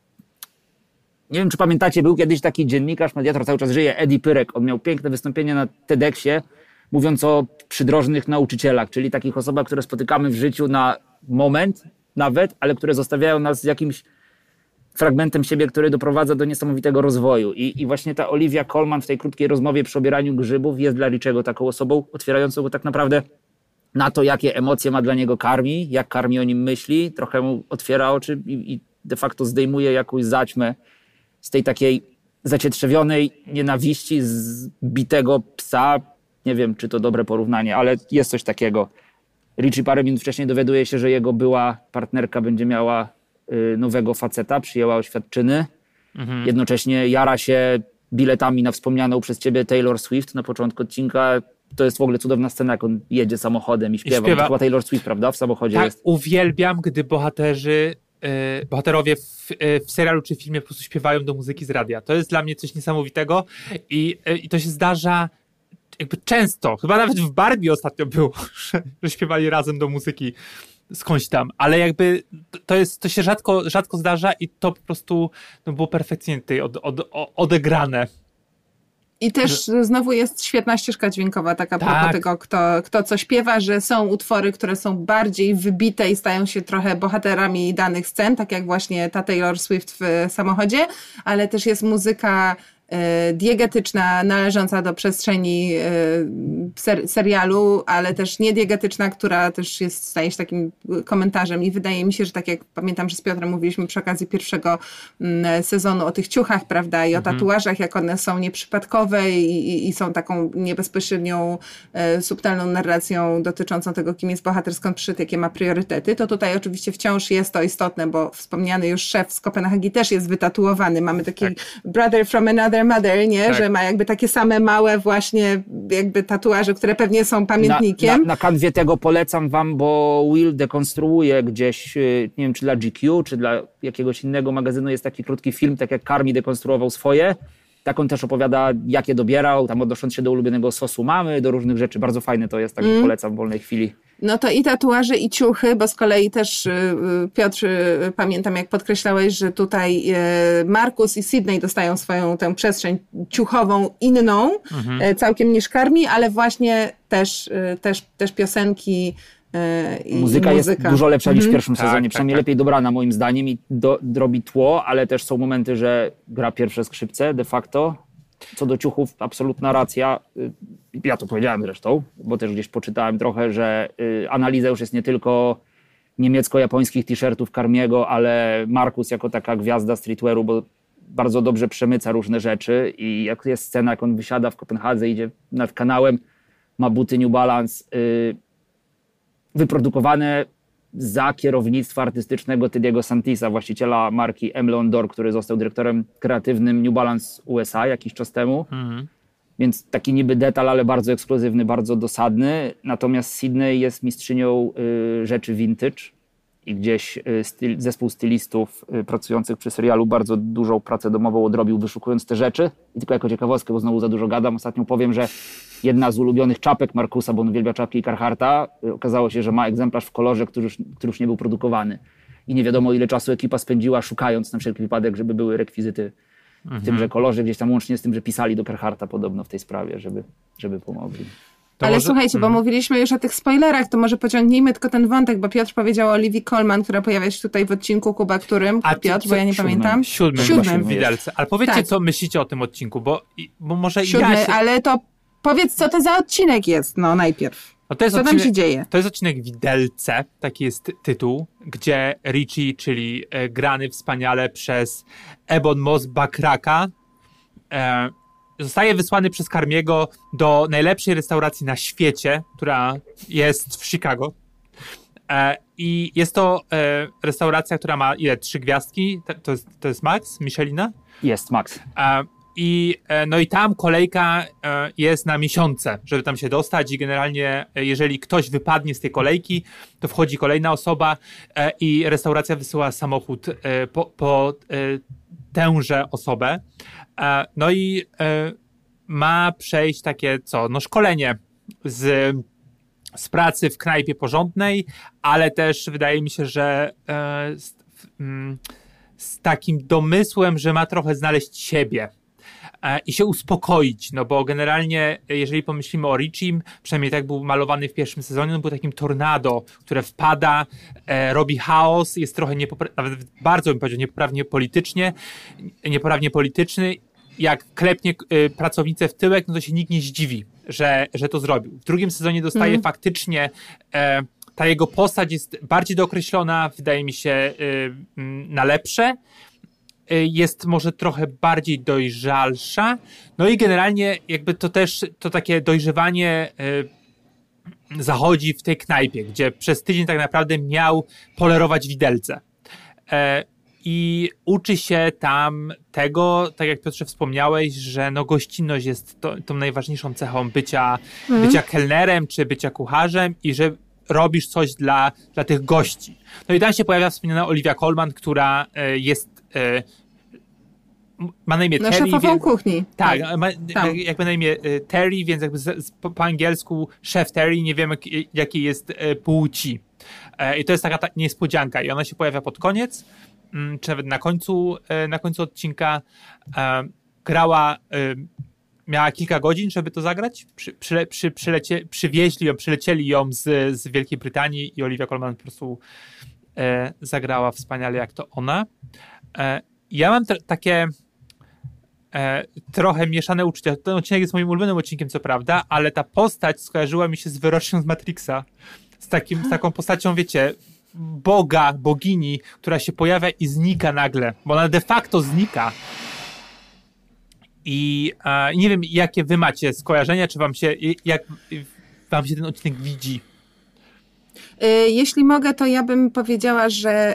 Nie wiem, czy pamiętacie, był kiedyś taki dziennikarz, mediator, cały czas żyje, Eddie Pyrek. On miał piękne wystąpienie na TEDxie, mówiąc o przydrożnych nauczycielach, czyli takich osobach, które spotykamy w życiu na moment nawet, ale które zostawiają nas z jakimś fragmentem siebie, który doprowadza do niesamowitego rozwoju. I właśnie ta Olivia Colman w tej krótkiej rozmowie przy obieraniu grzybów jest dla Richiego taką osobą otwierającą go tak naprawdę na to, jakie emocje ma dla niego Carmi, jak Carmi o nim myśli, trochę mu otwiera oczy i de facto zdejmuje jakąś zaćmę z tej takiej zacietrzewionej nienawiści zbitego psa. Nie wiem, czy to dobre porównanie, ale jest coś takiego. Richie parę minut wcześniej dowiaduje się, że jego była partnerka będzie miała nowego faceta, przyjęła oświadczyny. Jednocześnie jara się biletami na wspomnianą przez ciebie Taylor Swift na początku odcinka. To jest w ogóle cudowna scena, jak on jedzie samochodem i śpiewa. To chyba Taylor Swift, prawda? W samochodzie tak, jest. Uwielbiam, gdy bohaterowie w serialu czy filmie po prostu śpiewają do muzyki z radia. To jest dla mnie coś niesamowitego i to się zdarza jakby często. Chyba nawet w Barbie ostatnio było, że śpiewali razem do muzyki skądś tam, ale jakby to się rzadko zdarza i to po prostu było perfekcyjnie tutaj odegrane. I też znowu jest świetna ścieżka dźwiękowa, taka propos tego, kto co śpiewa, że są utwory, które są bardziej wybite i stają się trochę bohaterami danych scen, tak jak właśnie ta Taylor Swift w samochodzie, ale też jest muzyka diegetyczna, należąca do przestrzeni serialu, ale też niediegetyczna, która też staje się takim komentarzem i wydaje mi się, że tak jak pamiętam, że z Piotrem mówiliśmy przy okazji pierwszego sezonu o tych ciuchach, prawda, i o tatuażach, jak one są nieprzypadkowe i są taką niebezpośrednią, subtelną narracją dotyczącą tego, kim jest bohater, skąd przyszedł, jakie ma priorytety, to tutaj oczywiście wciąż jest to istotne, bo wspomniany już szef z Kopenhagi też jest wytatuowany. Mamy taki brother from another mother, nie? Tak. Że ma jakby takie same małe właśnie jakby tatuaże, które pewnie są pamiętnikiem. Na kanwie tego polecam wam, bo Will dekonstruuje gdzieś, nie wiem, czy dla GQ, czy dla jakiegoś innego magazynu jest taki krótki film, tak jak Carmi dekonstruował swoje. Tak on też opowiada, jakie dobierał, tam odnosząc się do ulubionego sosu mamy, do różnych rzeczy. Bardzo fajne to jest, także polecam w wolnej chwili. No to i tatuaże, i ciuchy, bo z kolei też Piotr, pamiętam jak podkreślałeś, że tutaj Markus i Sydney dostają swoją tę przestrzeń ciuchową inną, całkiem niż Carmi, ale właśnie też piosenki i muzyka jest dużo lepsza niż w pierwszym sezonie, przynajmniej tak. lepiej dobrana moim zdaniem i robi tło, ale też są momenty, że gra pierwsze skrzypce de facto. Co do ciuchów, absolutna racja. Ja to powiedziałem zresztą, bo też gdzieś poczytałem trochę, że analiza już jest nie tylko niemiecko-japońskich t-shirtów Carmiego, ale Markus jako taka gwiazda streetwearu, bo bardzo dobrze przemyca różne rzeczy i jak jest scena, jak on wysiada w Kopenhadze, idzie nad kanałem, ma buty New Balance, wyprodukowane za kierownictwa artystycznego Tydiego Santisa, właściciela marki M. Leon Dore, który został dyrektorem kreatywnym New Balance USA jakiś czas temu. Więc taki niby detal, ale bardzo ekskluzywny, bardzo dosadny. Natomiast Sydney jest mistrzynią rzeczy vintage i gdzieś zespół stylistów pracujących przy serialu bardzo dużą pracę domową odrobił, wyszukując te rzeczy. I tylko jako ciekawostkę, bo znowu za dużo gadam, ostatnio powiem, że jedna z ulubionych czapek Markusa, bo on uwielbia czapki Carhartta, okazało się, że ma egzemplarz w kolorze, który już nie był produkowany. I nie wiadomo, ile czasu ekipa spędziła szukając na wszelki wypadek, żeby były rekwizyty w tymże kolorze, gdzieś tam łącznie z tym, że pisali do Carhartta podobno w tej sprawie, żeby pomogli. Ale słuchajcie, bo mówiliśmy już o tych spoilerach, to może pociągnijmy tylko ten wątek, bo Piotr powiedział o Olivii Colman, która pojawia się tutaj w odcinku, Kuba, którym? Piotr, bo ja nie pamiętam. Siódmym Widelce. Ale powiedzcie, co myślicie o tym odcinku, bo może ale to powiedz, co to za odcinek jest, najpierw. Co tam się dzieje? To jest odcinek Widelce, taki jest tytuł, gdzie Richie, czyli grany wspaniale przez Ebon Moss-Bachracka, zostaje wysłany przez Carmiego do najlepszej restauracji na świecie, która jest w Chicago. I jest to restauracja, która ma 3 gwiazdki? To jest Max? Michelina? Jest Max. I tam kolejka jest na miesiące, żeby tam się dostać i generalnie jeżeli ktoś wypadnie z tej kolejki, to wchodzi kolejna osoba i restauracja wysyła samochód po tęże osobę. Ma przejść takie szkolenie z z pracy w knajpie porządnej, ale też wydaje mi się, że z takim domysłem, że ma trochę znaleźć siebie i się uspokoić, no bo generalnie, jeżeli pomyślimy o Richim, przynajmniej tak był malowany w pierwszym sezonie, on był takim tornado, które wpada, robi chaos, jest trochę nawet bardzo bym powiedział niepoprawnie polityczny. Jak klepnie pracownicę w tyłek, no to się nikt nie zdziwi, że to zrobił. W drugim sezonie dostaje faktycznie, ta jego postać jest bardziej dookreślona, wydaje mi się, na lepsze. Jest może trochę bardziej dojrzalsza. No i generalnie jakby to takie dojrzewanie zachodzi w tej knajpie, gdzie przez tydzień tak naprawdę miał polerować widelce. I uczy się tam tego, tak jak Piotrze wspomniałeś, że no gościnność jest tą najważniejszą cechą bycia kelnerem czy bycia kucharzem i że robisz coś dla tych gości. No i tam się pojawia wspomniana Olivia Colman, która jest ma na imię Terry. Szefową kuchni. Tak, jakby na imię Terry, więc jakby po angielsku szef Terry, nie wiemy jakiej jest płci. I to jest taka niespodzianka i ona się pojawia pod koniec, czy nawet na końcu odcinka. Grała, miała kilka godzin, żeby to zagrać. Przylecieli ją z Wielkiej Brytanii i Olivia Colman po prostu zagrała wspaniale jak to ona. Ja mam takie trochę mieszane uczucia. Ten odcinek jest moim ulubionym odcinkiem, co prawda, ale ta postać skojarzyła mi się z wyrocznią z Matrixa. Z taką postacią, wiecie, bogini, która się pojawia i znika nagle, bo ona de facto znika. I nie wiem, jakie wy macie skojarzenia, czy jak wam się ten odcinek widzi? Jeśli mogę, to ja bym powiedziała, że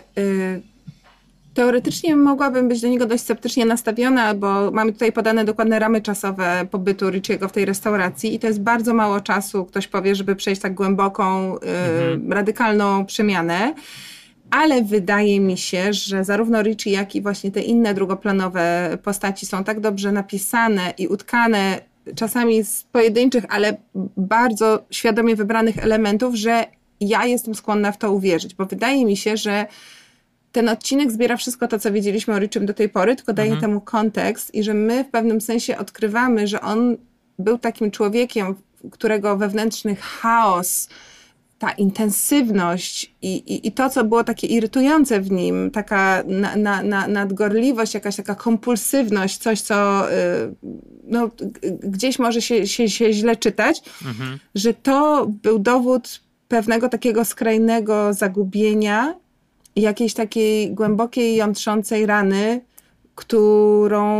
teoretycznie mogłabym być do niego dość sceptycznie nastawiona, bo mamy tutaj podane dokładne ramy czasowe pobytu Richiego w tej restauracji i to jest bardzo mało czasu, ktoś powie, żeby przejść tak głęboką, radykalną przemianę. Ale wydaje mi się, że zarówno Richie, jak i właśnie te inne drugoplanowe postaci są tak dobrze napisane i utkane czasami z pojedynczych, ale bardzo świadomie wybranych elementów, że ja jestem skłonna w to uwierzyć, bo wydaje mi się, że ten odcinek zbiera wszystko to, co wiedzieliśmy o Richim do tej pory, tylko daje temu kontekst i że my w pewnym sensie odkrywamy, że on był takim człowiekiem, którego wewnętrzny chaos, ta intensywność i to, co było takie irytujące w nim, taka nadgorliwość, jakaś taka kompulsywność, coś, co no, gdzieś może się źle czytać, że to był dowód pewnego takiego skrajnego zagubienia, jakiejś takiej głębokiej, jątrzącej rany, którą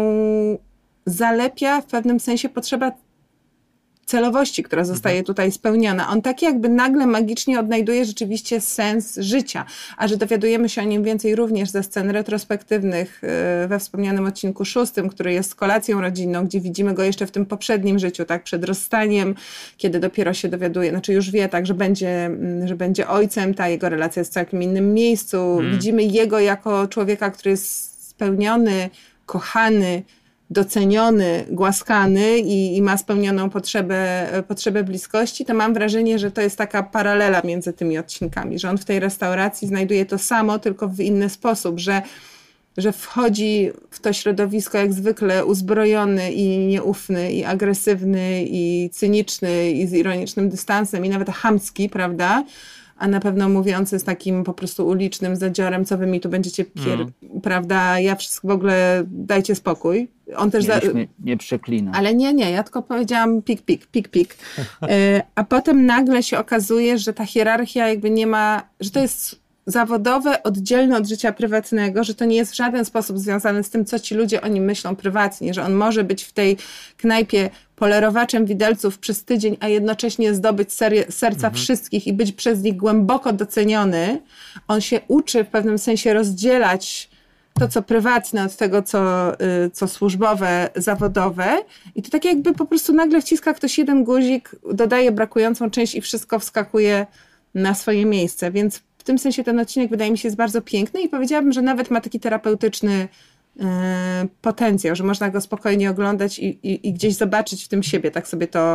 zalepia w pewnym sensie potrzeba celowości, która zostaje tutaj spełniona. On tak jakby nagle magicznie odnajduje rzeczywiście sens życia, a że dowiadujemy się o nim więcej również ze scen retrospektywnych we wspomnianym odcinku 6, który jest kolacją rodzinną, gdzie widzimy go jeszcze w tym poprzednim życiu, tak, przed rozstaniem, kiedy dopiero się dowiaduje, znaczy już wie, tak, że będzie ojcem, ta jego relacja jest w całkiem innym miejscu. Widzimy jego jako człowieka, który jest spełniony, kochany, doceniony, głaskany i ma spełnioną potrzebę bliskości, to mam wrażenie, że to jest taka paralela między tymi odcinkami, że on w tej restauracji znajduje to samo, tylko w inny sposób, że wchodzi w to środowisko jak zwykle uzbrojony i nieufny, i agresywny, i cyniczny, i z ironicznym dystansem, i nawet chamski, prawda? A na pewno mówiący z takim po prostu ulicznym zadziorem, co wy mi tu będziecie prawda, ja wszystko w ogóle, dajcie spokój. On też nie przeklina. Ale nie, ja tylko powiedziałam pik. A potem nagle się okazuje, że ta hierarchia jakby nie ma, że to jest zawodowe, oddzielne od życia prywatnego, że to nie jest w żaden sposób związane z tym, co ci ludzie o nim myślą prywatnie, że on może być w tej knajpie polerowaczem widelców przez tydzień, a jednocześnie zdobyć serca wszystkich i być przez nich głęboko doceniony. On się uczy w pewnym sensie rozdzielać to, co prywatne od tego, co służbowe, zawodowe. I to tak jakby po prostu nagle wciska ktoś jeden guzik, dodaje brakującą część i wszystko wskakuje na swoje miejsce. Więc w tym sensie ten odcinek wydaje mi się jest bardzo piękny i powiedziałabym, że nawet ma taki terapeutyczny potencjał, że można go spokojnie oglądać i gdzieś zobaczyć w tym siebie. Tak sobie to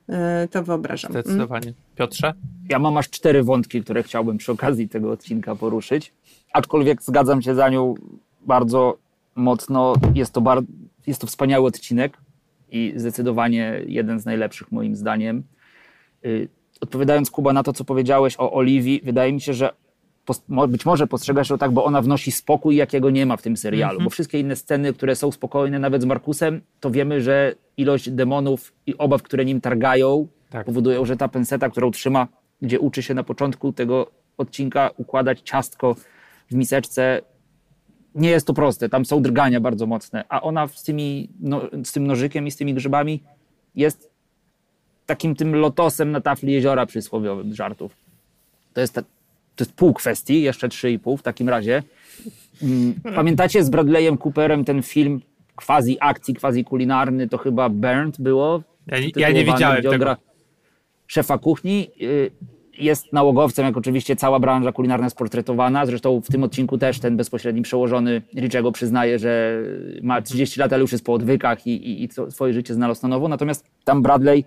to wyobrażam. Zdecydowanie. Piotrze? Ja mam aż 4 wątki, które chciałbym przy okazji tego odcinka poruszyć. Aczkolwiek zgadzam się za nią bardzo mocno. Jest to wspaniały odcinek i zdecydowanie jeden z najlepszych moim zdaniem. Odpowiadając, Kuba, na to, co powiedziałeś o Oliwii, wydaje mi się, że być może postrzegasz ją tak, bo ona wnosi spokój, jakiego nie ma w tym serialu. Bo wszystkie inne sceny, które są spokojne, nawet z Markusem, to wiemy, że ilość demonów i obaw, które nim targają, powodują, że ta penseta, którą trzyma, gdzie uczy się na początku tego odcinka układać ciastko w miseczce, nie jest to proste. Tam są drgania bardzo mocne. A ona z tym nożykiem i z tymi grzybami jest takim tym lotosem na tafli jeziora przysłowiowym żartów. To jest pół kwestii, jeszcze 3,5 w takim razie. Pamiętacie z Bradleyem Cooperem ten film quasi akcji, quasi kulinarny, to chyba Burnt było? Ja nie widziałem tego. Gra szefa kuchni. Jest nałogowcem, jak oczywiście cała branża kulinarna jest portretowana. Zresztą w tym odcinku też ten bezpośredni przełożony Richiego przyznaje, że ma 30 lat, ale już jest po odwykach i swoje życie znalazł na nowo. Natomiast tam Bradley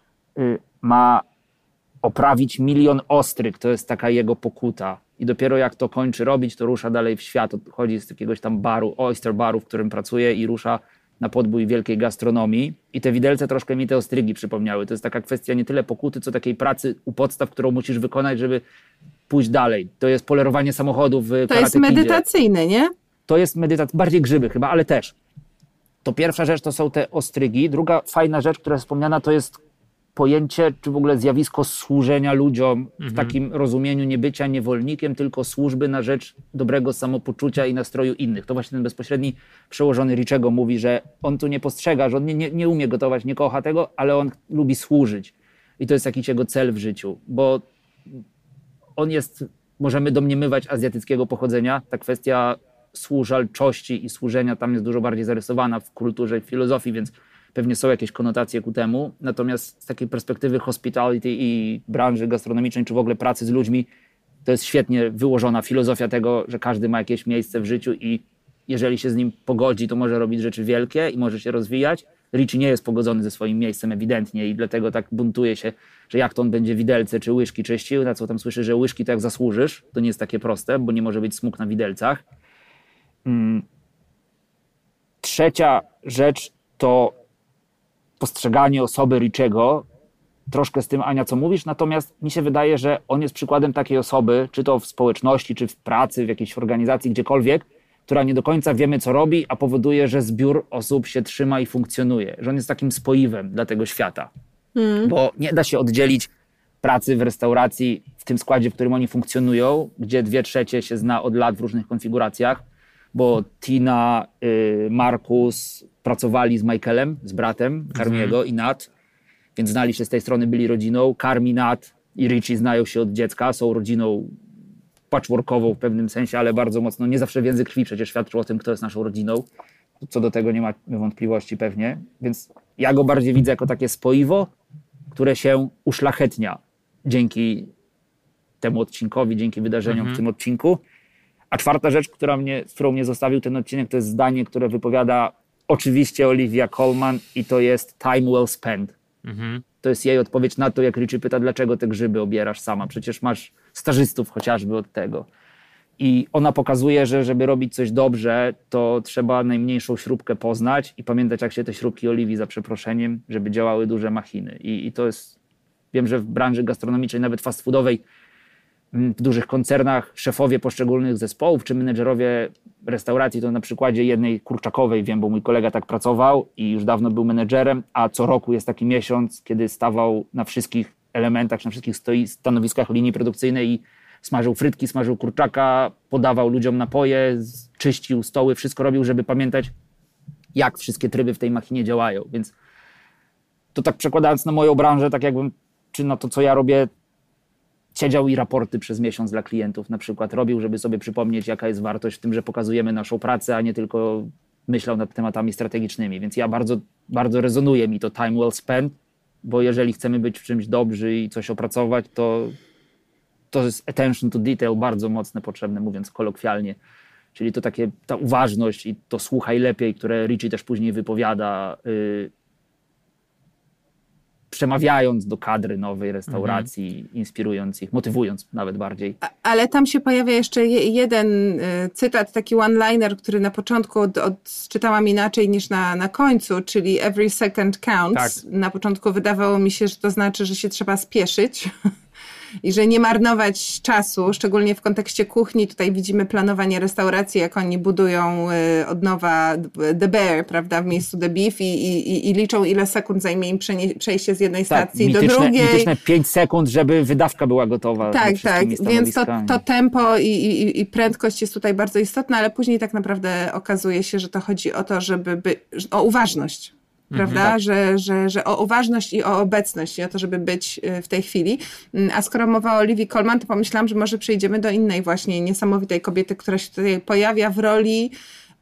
ma oprawić 1 000 000 ostryg. To jest taka jego pokuta. I dopiero jak to kończy robić, to rusza dalej w świat. Chodzi z jakiegoś tam baru, oyster baru, w którym pracuje i rusza na podbój wielkiej gastronomii. I te widelce troszkę mi te ostrygi przypomniały. To jest taka kwestia nie tyle pokuty, co takiej pracy u podstaw, którą musisz wykonać, żeby pójść dalej. To jest polerowanie samochodów w To jest medytacyjne, nie? To jest bardziej grzyby chyba, ale też. To pierwsza rzecz to są te ostrygi. Druga fajna rzecz, która jest wspomniana, to jest pojęcie, czy w ogóle zjawisko służenia ludziom w takim rozumieniu nie bycia niewolnikiem, tylko służby na rzecz dobrego samopoczucia i nastroju innych. To właśnie ten bezpośredni przełożony Richiego mówi, że on tu nie postrzega, że on nie umie gotować, nie kocha tego, ale on lubi służyć. I to jest jakiś jego cel w życiu, bo on jest, możemy domniemywać, azjatyckiego pochodzenia. Ta kwestia służalczości i służenia tam jest dużo bardziej zarysowana w kulturze i w filozofii, więc pewnie są jakieś konotacje ku temu. Natomiast z takiej perspektywy hospitality i branży gastronomicznej, czy w ogóle pracy z ludźmi, to jest świetnie wyłożona filozofia tego, że każdy ma jakieś miejsce w życiu i jeżeli się z nim pogodzi, to może robić rzeczy wielkie i może się rozwijać. Richie nie jest pogodzony ze swoim miejscem ewidentnie i dlatego tak buntuje się, że jak to on będzie widelce czy łyżki czyścił, na co tam słyszy, że łyżki to jak zasłużysz. To nie jest takie proste, bo nie może być smuk na widelcach. Trzecia rzecz to postrzeganie osoby Richiego. Troszkę z tym, Ania, co mówisz, natomiast mi się wydaje, że on jest przykładem takiej osoby, czy to w społeczności, czy w pracy, w jakiejś organizacji, gdziekolwiek, która nie do końca wiemy, co robi, a powoduje, że zbiór osób się trzyma i funkcjonuje. Że on jest takim spoiwem dla tego świata. Bo nie da się oddzielić pracy w restauracji w tym składzie, w którym oni funkcjonują, gdzie 2/3 się zna od lat w różnych konfiguracjach, bo Tina, Markus pracowali z Michaelem, z bratem Carmiego i Nat, więc znali się z tej strony, byli rodziną. Carmi, Nat i Richie znają się od dziecka, są rodziną patchworkową w pewnym sensie, ale bardzo mocno, nie zawsze język krwi przecież świadczył o tym, kto jest naszą rodziną. Co do tego nie ma wątpliwości pewnie, więc ja go bardziej widzę jako takie spoiwo, które się uszlachetnia dzięki temu odcinkowi, dzięki wydarzeniom w tym odcinku. A czwarta rzecz, z którą mnie zostawił ten odcinek, to jest zdanie, które wypowiada oczywiście Olivia Colman i to jest time well spent. To jest jej odpowiedź na to, jak Richie pyta, dlaczego te grzyby obierasz sama. Przecież masz stażystów chociażby od tego. I ona pokazuje, że żeby robić coś dobrze, to trzeba najmniejszą śrubkę poznać i pamiętać, jak się te śrubki Oliwii, za przeproszeniem, żeby działały duże machiny. I to jest, wiem, że w branży gastronomicznej, nawet fast foodowej, w dużych koncernach szefowie poszczególnych zespołów czy menedżerowie restauracji, to na przykładzie jednej kurczakowej wiem, bo mój kolega tak pracował i już dawno był menedżerem, a co roku jest taki miesiąc, kiedy stawał na wszystkich elementach, na wszystkich stanowiskach linii produkcyjnej i smażył frytki, smażył kurczaka, podawał ludziom napoje, czyścił stoły, wszystko robił, żeby pamiętać, jak wszystkie tryby w tej machinie działają. Więc to tak przekładając na moją branżę, tak jakbym, czy na to, co ja robię, siedział i raporty przez miesiąc dla klientów na przykład robił, żeby sobie przypomnieć, jaka jest wartość w tym, że pokazujemy naszą pracę, a nie tylko myślał nad tematami strategicznymi. Więc ja bardzo, bardzo rezonuje mi to time well spent, bo jeżeli chcemy być w czymś dobrzy i coś opracować, to jest attention to detail bardzo mocne, potrzebne, mówiąc kolokwialnie. Czyli to takie, ta uważność i to słuchaj lepiej, które Richie też później wypowiada, przemawiając do kadry nowej restauracji, inspirując ich, motywując nawet bardziej. Ale tam się pojawia jeszcze jeden cytat, taki one-liner, który na początku odczytałam inaczej niż na końcu, czyli every second counts. Tak. Na początku wydawało mi się, że to znaczy, że się trzeba spieszyć i że nie marnować czasu, szczególnie w kontekście kuchni. Tutaj widzimy planowanie restauracji, jak oni budują od nowa The Bear, prawda, w miejscu The Beef i liczą, ile sekund zajmie im przejście z jednej stacji do drugiej. Mityczne 5 sekund, żeby wydawka była gotowa. Tak, więc to tempo i prędkość jest tutaj bardzo istotna, ale później tak naprawdę okazuje się, że to chodzi o to, o uważność. Prawda? Tak. Że o uważność i o obecność i o to, żeby być w tej chwili. A skoro mowa o Olivii Colman, to pomyślałam, że może przejdziemy do innej właśnie niesamowitej kobiety, która się tutaj pojawia w roli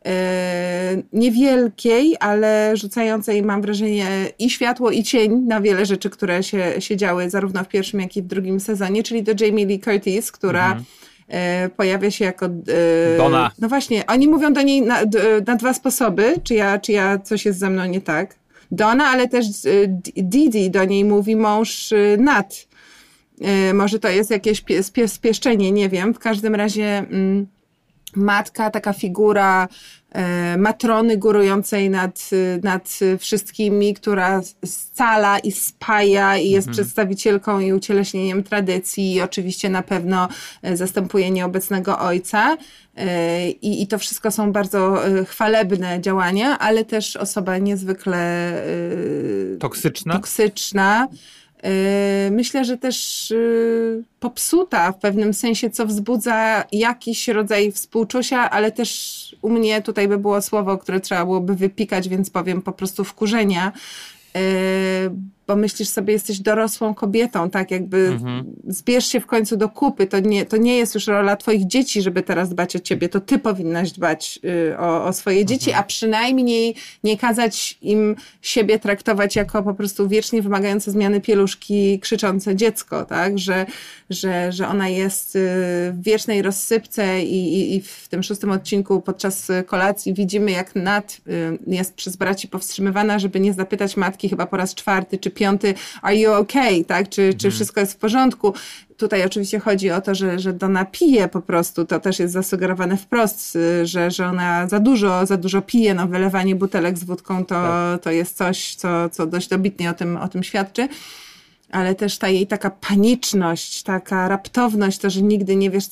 niewielkiej, ale rzucającej, mam wrażenie, i światło, i cień na wiele rzeczy, które się działy zarówno w pierwszym, jak i w drugim sezonie, czyli do Jamie Lee Curtis, która pojawia się jako Donna. No właśnie, oni mówią do niej na dwa sposoby, czy ja coś jest ze mną nie tak. Donna, ale też Didi do niej mówi mąż Nat. Może to jest jakieś spieszczenie, nie wiem. W każdym razie matka, taka figura matrony górującej nad wszystkimi, która scala i spaja i jest przedstawicielką i ucieleśnieniem tradycji i oczywiście na pewno zastępuje nieobecnego ojca. I to wszystko są bardzo chwalebne działania, ale też osoba niezwykle toksyczna. Myślę, że też popsuta w pewnym sensie, co wzbudza jakiś rodzaj współczucia, ale też u mnie tutaj by było słowo, które trzeba byłoby wypikać, więc powiem po prostu wkurzenia, bo myślisz sobie, jesteś dorosłą kobietą, tak jakby zbierz się w końcu do kupy, to nie jest już rola twoich dzieci, żeby teraz dbać o ciebie, to ty powinnaś dbać o swoje dzieci, a przynajmniej nie kazać im siebie traktować jako po prostu wiecznie wymagające zmiany pieluszki, krzyczące dziecko, tak, że ona jest w wiecznej rozsypce i w tym 6. odcinku podczas kolacji widzimy, jak Nat jest przez braci powstrzymywana, żeby nie zapytać matki chyba po raz 4 czy 5, are you okay, tak? Czy wszystko jest w porządku? Tutaj oczywiście chodzi o to, że Donna pije po prostu, to też jest zasugerowane wprost, że ona za dużo pije, no wylewanie butelek z wódką to jest coś, co dość dobitnie o tym świadczy. Ale też ta jej taka paniczność, taka raptowność, to, że nigdy nie wiesz,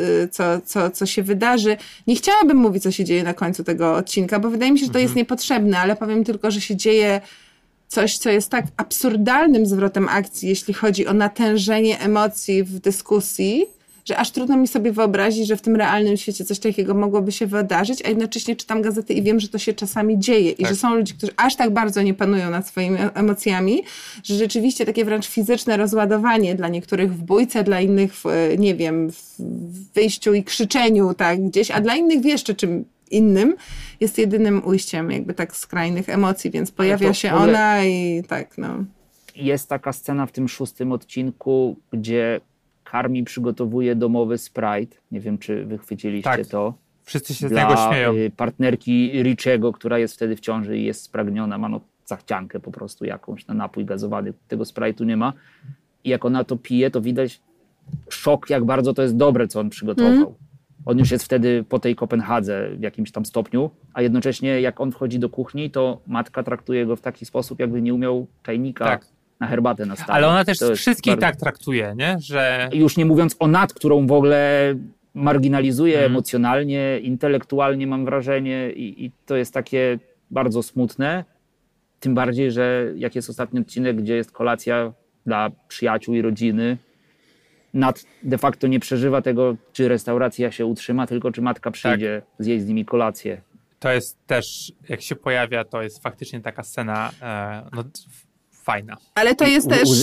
co się wydarzy. Nie chciałabym mówić, co się dzieje na końcu tego odcinka, bo wydaje mi się, że to jest niepotrzebne, ale powiem tylko, że się dzieje coś, co jest tak absurdalnym zwrotem akcji, jeśli chodzi o natężenie emocji w dyskusji, że aż trudno mi sobie wyobrazić, że w tym realnym świecie coś takiego mogłoby się wydarzyć, a jednocześnie czytam gazety i wiem, że to się czasami dzieje i że są ludzie, którzy aż tak bardzo nie panują nad swoimi emocjami, że rzeczywiście takie wręcz fizyczne rozładowanie dla niektórych w bójce, dla innych nie wiem, w wyjściu i krzyczeniu tak gdzieś, a dla innych w jeszcze czym innym jest jedynym ujściem jakby tak skrajnych emocji, więc pojawia się ona i tak, no. Jest taka scena w tym 6. odcinku, gdzie Carmi przygotowuje domowy Sprite. Nie wiem, czy wychwyciliście to. Wszyscy się z niego śmieją. Dla partnerki Richiego, która jest wtedy w ciąży i jest spragniona, ma zachciankę po prostu jakąś na napój gazowany. Tego Sprite'u nie ma. I jak ona to pije, to widać szok, jak bardzo to jest dobre, co on przygotował. On już jest wtedy po tej Kopenhadze w jakimś tam stopniu, a jednocześnie jak on wchodzi do kuchni, to matka traktuje go w taki sposób, jakby nie umiał czajnika na herbatę nastawić. Ale ona też wszystkich tak traktuje, nie? Że... Już nie mówiąc o Nat, którą w ogóle marginalizuje emocjonalnie, intelektualnie mam wrażenie i to jest takie bardzo smutne. Tym bardziej, że jak jest ostatni odcinek, gdzie jest kolacja dla przyjaciół i rodziny, Nat de facto nie przeżywa tego, czy restauracja się utrzyma, tylko czy matka przyjdzie zjeść z nimi kolację. To jest też, jak się pojawia, to jest faktycznie taka scena fajna. Ale to jest też,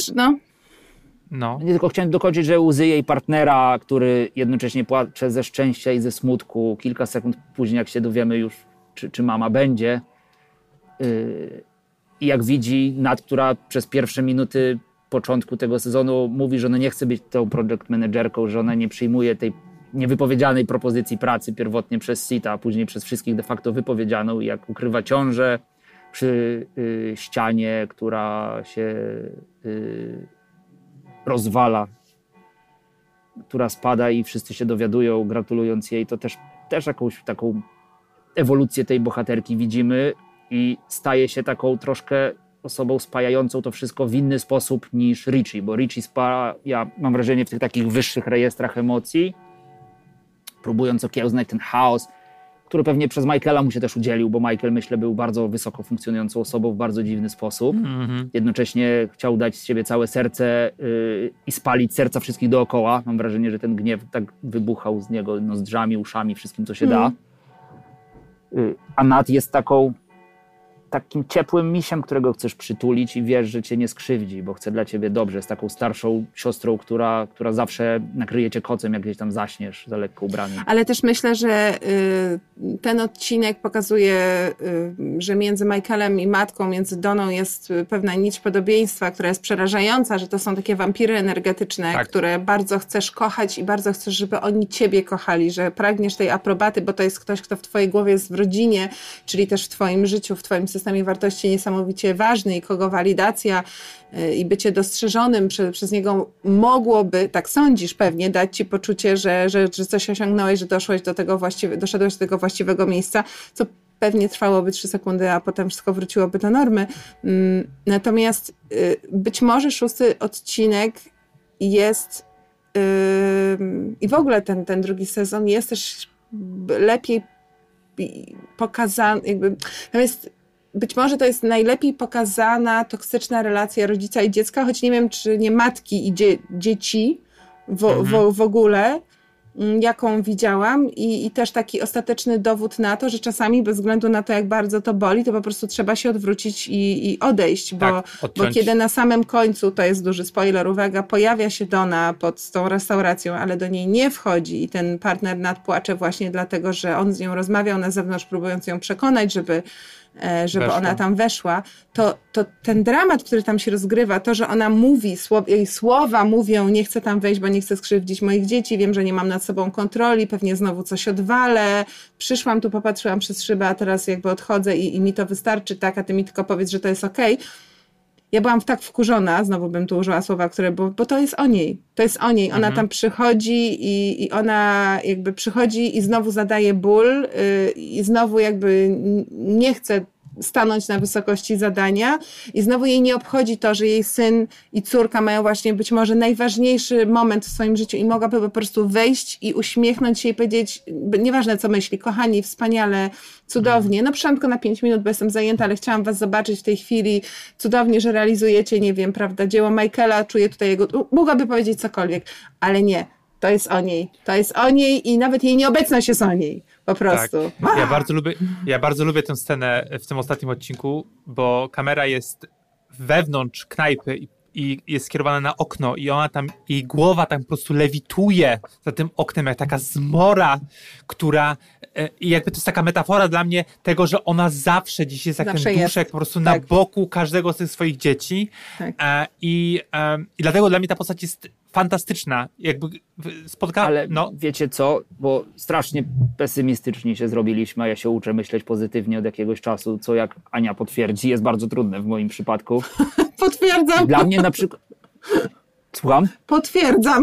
No. Nie tylko chciałem dokończyć, że łzy jej partnera, który jednocześnie płacze ze szczęścia i ze smutku, kilka sekund później, jak się dowiemy już, czy mama będzie. I jak widzi Nat, która przez pierwsze minuty początku tego sezonu mówi, że ona nie chce być tą project managerką, że ona nie przyjmuje tej niewypowiedzianej propozycji pracy pierwotnie przez Sita, a później przez wszystkich de facto wypowiedzianą, i jak ukrywa ciążę, przy ścianie, która się rozwala, która spada i wszyscy się dowiadują, gratulując jej, to też jakąś taką ewolucję tej bohaterki widzimy i staje się taką troszkę osobą spajającą to wszystko w inny sposób niż Richie, bo Richie spaja, mam wrażenie, w tych takich wyższych rejestrach emocji, próbując okiełznać ten chaos, który pewnie przez Michaela mu się też udzielił, bo Michael, myślę, był bardzo wysoko funkcjonującą osobą w bardzo dziwny sposób. Jednocześnie chciał dać z siebie całe serce i spalić serca wszystkich dookoła. Mam wrażenie, że ten gniew tak wybuchał z niego nozdrzami, uszami, wszystkim, co się da. A Nat jest takim ciepłym misiem, którego chcesz przytulić i wiesz, że cię nie skrzywdzi, bo chce dla ciebie dobrze. Jest taką starszą siostrą, która zawsze nakryje cię kocem, jak gdzieś tam zaśniesz za lekko ubrany. Ale też myślę, że ten odcinek pokazuje, że między Michaelem i matką, między Donną jest pewna nić podobieństwa, która jest przerażająca, że to są takie wampiry energetyczne, tak, które bardzo chcesz kochać i bardzo chcesz, żeby oni ciebie kochali, że pragniesz tej aprobaty, bo to jest ktoś, kto w twojej głowie jest w rodzinie, czyli też w twoim życiu, w twoim systemie wartości niesamowicie ważny i kogo walidacja i bycie dostrzeżonym przez niego mogłoby, tak sądzisz pewnie, dać ci poczucie, że coś osiągnąłeś, że doszedłeś do tego właściwego miejsca, co pewnie trwałoby 3 sekundy, a potem wszystko wróciłoby do normy. Natomiast być może 6. odcinek jest i w ogóle ten drugi sezon jest też lepiej pokazany, być może to jest najlepiej pokazana toksyczna relacja rodzica i dziecka, choć nie wiem, czy nie matki i dzieci w ogóle, jaką widziałam i też taki ostateczny dowód na to, że czasami bez względu na to, jak bardzo to boli, to po prostu trzeba się odwrócić i odejść, bo kiedy na samym końcu, to jest duży spoiler, uwaga, pojawia się Donna pod tą restauracją, ale do niej nie wchodzi i ten partner nadpłacze właśnie dlatego, że on z nią rozmawiał na zewnątrz, próbując ją przekonać, żeby ona tam weszła, to ten dramat, który tam się rozgrywa, to, że ona mówi, jej słowa mówią, nie chcę tam wejść, bo nie chcę skrzywdzić moich dzieci, wiem, że nie mam nad sobą kontroli, pewnie znowu coś odwalę, przyszłam tu, popatrzyłam przez szybę, a teraz jakby odchodzę i mi to wystarczy, tak, a ty mi tylko powiedz, że to jest okej. Ja byłam tak wkurzona, znowu bym tu użyła słowa, które, bo to jest o niej. To jest o niej. Ona tam przychodzi i ona jakby przychodzi i znowu zadaje ból i znowu jakby nie chce stanąć na wysokości zadania i znowu jej nie obchodzi to, że jej syn i córka mają właśnie być może najważniejszy moment w swoim życiu i mogłaby po prostu wejść i uśmiechnąć się i powiedzieć, nieważne co myśli, kochani, wspaniale, cudownie, no przyszłam tylko na 5 minut, bo jestem zajęta, ale chciałam was zobaczyć w tej chwili, cudownie, że realizujecie, nie wiem, prawda, dzieło Michaela, czuję tutaj jego, mogłaby powiedzieć cokolwiek, ale nie. To jest o niej i nawet jej nieobecność jest o niej, po prostu. Tak. Ja bardzo lubię tę scenę w tym ostatnim odcinku, bo kamera jest wewnątrz knajpy i jest skierowana na okno i ona tam, jej głowa tam po prostu lewituje za tym oknem, jak taka zmora, która i jakby to jest taka metafora dla mnie tego, że ona zawsze dziś jest jak ten duszek po prostu na boku każdego z tych swoich dzieci. Tak. I dlatego dla mnie ta postać jest fantastyczna. Jakby Ale wiecie co, bo strasznie pesymistycznie się zrobiliśmy, a ja się uczę myśleć pozytywnie od jakiegoś czasu, co jak Ania potwierdzi, jest bardzo trudne w moim przypadku. Potwierdzam. Dla mnie na przykład... Słucham? Potwierdzam.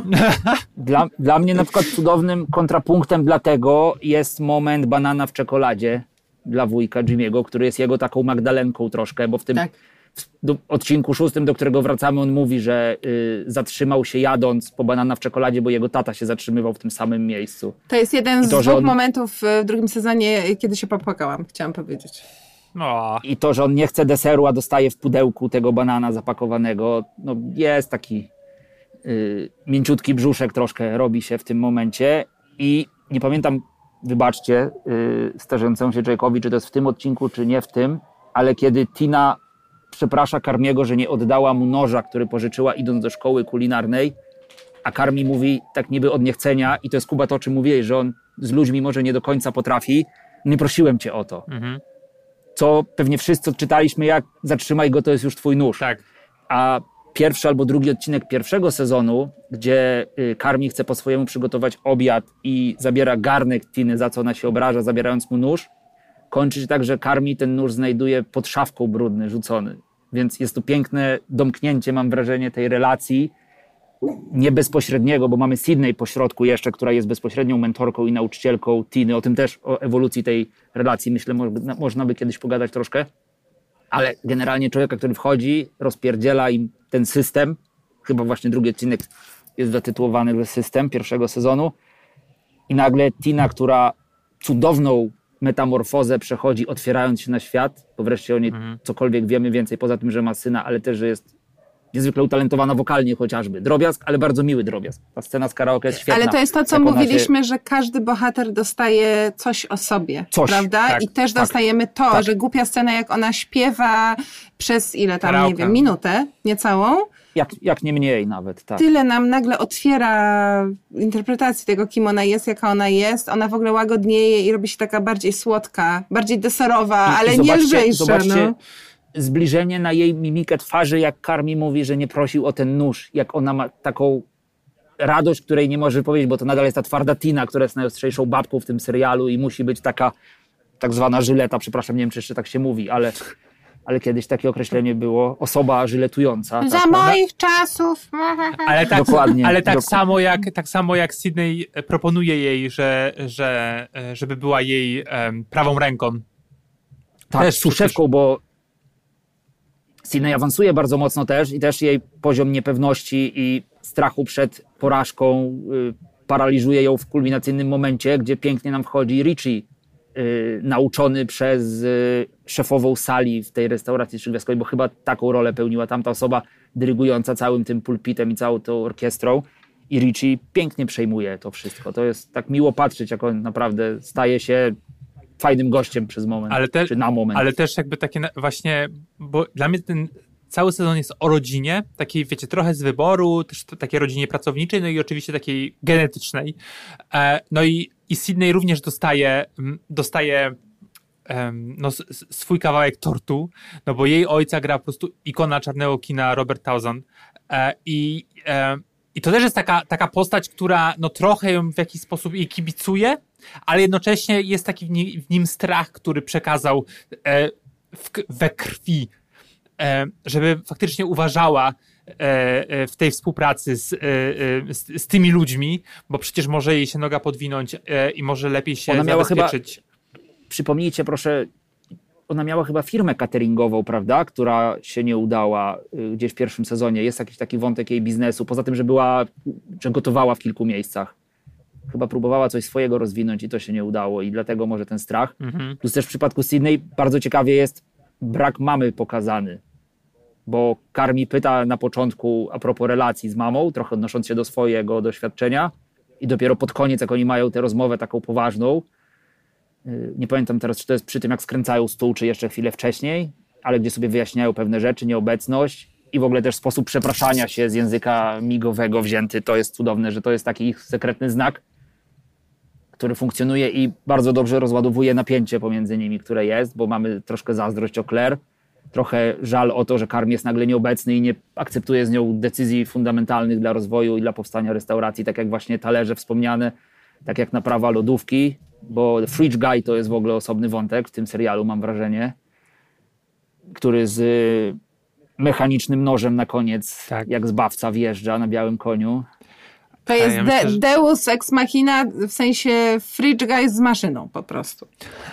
Dla mnie na przykład cudownym kontrapunktem dlatego jest moment banana w czekoladzie dla wujka Jimmy'ego, który jest jego taką Magdalenką troszkę, bo w tym odcinku 6, do którego wracamy, on mówi, że zatrzymał się jadąc po banana w czekoladzie, bo jego tata się zatrzymywał w tym samym miejscu. To jest jeden z 2 momentów w drugim sezonie, kiedy się popłakałam, chciałam powiedzieć. I to, że on nie chce deseru, a dostaje w pudełku tego banana zapakowanego, no jest taki mięciutki brzuszek troszkę robi się w tym momencie i nie pamiętam, wybaczcie, starzejącemu się człowiekowi, czy to jest w tym odcinku, czy nie w tym, ale kiedy Tina przeprasza Carmiego, że nie oddała mu noża, który pożyczyła idąc do szkoły kulinarnej, a Carmi mówi tak niby od niechcenia i to jest Kuba to, o czym mówiłeś, że on z ludźmi może nie do końca potrafi, nie prosiłem cię o to. Co pewnie wszyscy odczytaliśmy, jak zatrzymaj go, to jest już twój nóż. Tak. A pierwszy albo drugi odcinek pierwszego sezonu, gdzie Carmi chce po swojemu przygotować obiad i zabiera garnek Tiny, za co ona się obraża, zabierając mu nóż, kończy się tak, że Carmi ten nóż znajduje pod szafką brudny, rzucony. Więc jest to piękne domknięcie, mam wrażenie, tej relacji, nie bezpośredniego, bo mamy Sydney po środku jeszcze, która jest bezpośrednią mentorką i nauczycielką Tiny. O tym też, o ewolucji tej relacji, myślę, można by kiedyś pogadać troszkę. Ale generalnie człowieka, który wchodzi, rozpierdziela im ten system. Chyba właśnie drugi odcinek jest zatytułowany System pierwszego sezonu. I nagle Tina, która cudowną metamorfozę przechodzi, otwierając się na świat, bo wreszcie o niej cokolwiek wiemy więcej, poza tym, że ma syna, ale też, że jest niezwykle utalentowana wokalnie chociażby. Drobiazg, ale bardzo miły drobiazg. Ta scena z karaoke jest świetna. Ale to jest to, co mówiliśmy, że każdy bohater dostaje coś o sobie, prawda? Tak, i też dostajemy to, że głupia scena, jak ona śpiewa przez ile tam, karaoke. nie wiem, minutę, niecałą. Jak nie mniej nawet, tak. Tyle nam nagle otwiera interpretacji tego, kim ona jest, jaka ona jest. Ona w ogóle łagodnieje i robi się taka bardziej słodka, bardziej deserowa, ale nie lżejsza. Zobaczcie zbliżenie na jej mimikę twarzy, jak Carmi mówi, że nie prosił o ten nóż. Jak ona ma taką radość, której nie może powiedzieć, bo to nadal jest ta twarda Tina, która jest najostrzejszą babką w tym serialu i musi być taka tak zwana żyleta, przepraszam, nie wiem, czy jeszcze tak się mówi, ale kiedyś takie określenie było, osoba żyletująca. Za tak, moich czasów. Ale tak, Dokładnie. ale tak samo jak Sydney proponuje jej, żeby była jej prawą ręką. Tak, też suszewką, bo Sydney awansuje bardzo mocno też i też jej poziom niepewności i strachu przed porażką paraliżuje ją w kulminacyjnym momencie, gdzie pięknie nam wchodzi Richie, nauczony przez szefową sali w tej restauracji trzygwiazdkowej, bo chyba taką rolę pełniła tamta osoba dyrygująca całym tym pulpitem i całą tą orkiestrą i Richie pięknie przejmuje to wszystko. To jest tak miło patrzeć, jak on naprawdę staje się fajnym gościem przez moment, czy na moment. Ale też jakby takie właśnie, bo dla mnie ten cały sezon jest o rodzinie, takiej, wiecie, trochę z wyboru, też takiej rodzinie pracowniczej, no i oczywiście takiej genetycznej. No i Sydney również dostaje swój kawałek tortu, no bo jej ojca gra po prostu ikona czarnego kina Robert Townsend. I to też jest taka postać, która no trochę ją w jakiś sposób jej kibicuje, ale jednocześnie jest taki w nim strach, który przekazał we krwi, żeby faktycznie uważała w tej współpracy z tymi ludźmi, bo przecież może jej się noga podwinąć i może lepiej się zabezpieczyć. Przypomnijcie proszę, ona miała chyba firmę cateringową, prawda, która się nie udała gdzieś w pierwszym sezonie. Jest jakiś taki wątek jej biznesu, poza tym, że gotowała w kilku miejscach. Chyba próbowała coś swojego rozwinąć i to się nie udało i dlatego może ten strach. Plus też w przypadku Sydney bardzo ciekawie jest brak mamy pokazany, bo Carmi pyta na początku a propos relacji z mamą, trochę odnosząc się do swojego doświadczenia i dopiero pod koniec, jak oni mają tę rozmowę taką poważną, nie pamiętam teraz, czy to jest przy tym, jak skręcają stół, czy jeszcze chwilę wcześniej, ale gdzie sobie wyjaśniają pewne rzeczy, nieobecność i w ogóle też sposób przepraszania się z języka migowego wzięty. To jest cudowne, że to jest taki ich sekretny znak, który funkcjonuje i bardzo dobrze rozładowuje napięcie pomiędzy nimi, które jest, bo mamy troszkę zazdrość o Claire, trochę żal o to, że Carmi jest nagle nieobecny i nie akceptuje z nią decyzji fundamentalnych dla rozwoju i dla powstania restauracji, tak jak właśnie talerze wspomniane, tak jak naprawa lodówki, bo Fridge Guy to jest w ogóle osobny wątek w tym serialu, mam wrażenie, który z mechanicznym nożem na koniec, jak zbawca wjeżdża na białym koniu. To jest Deus Ex Machina, w sensie Fridge Guy z maszyną po prostu.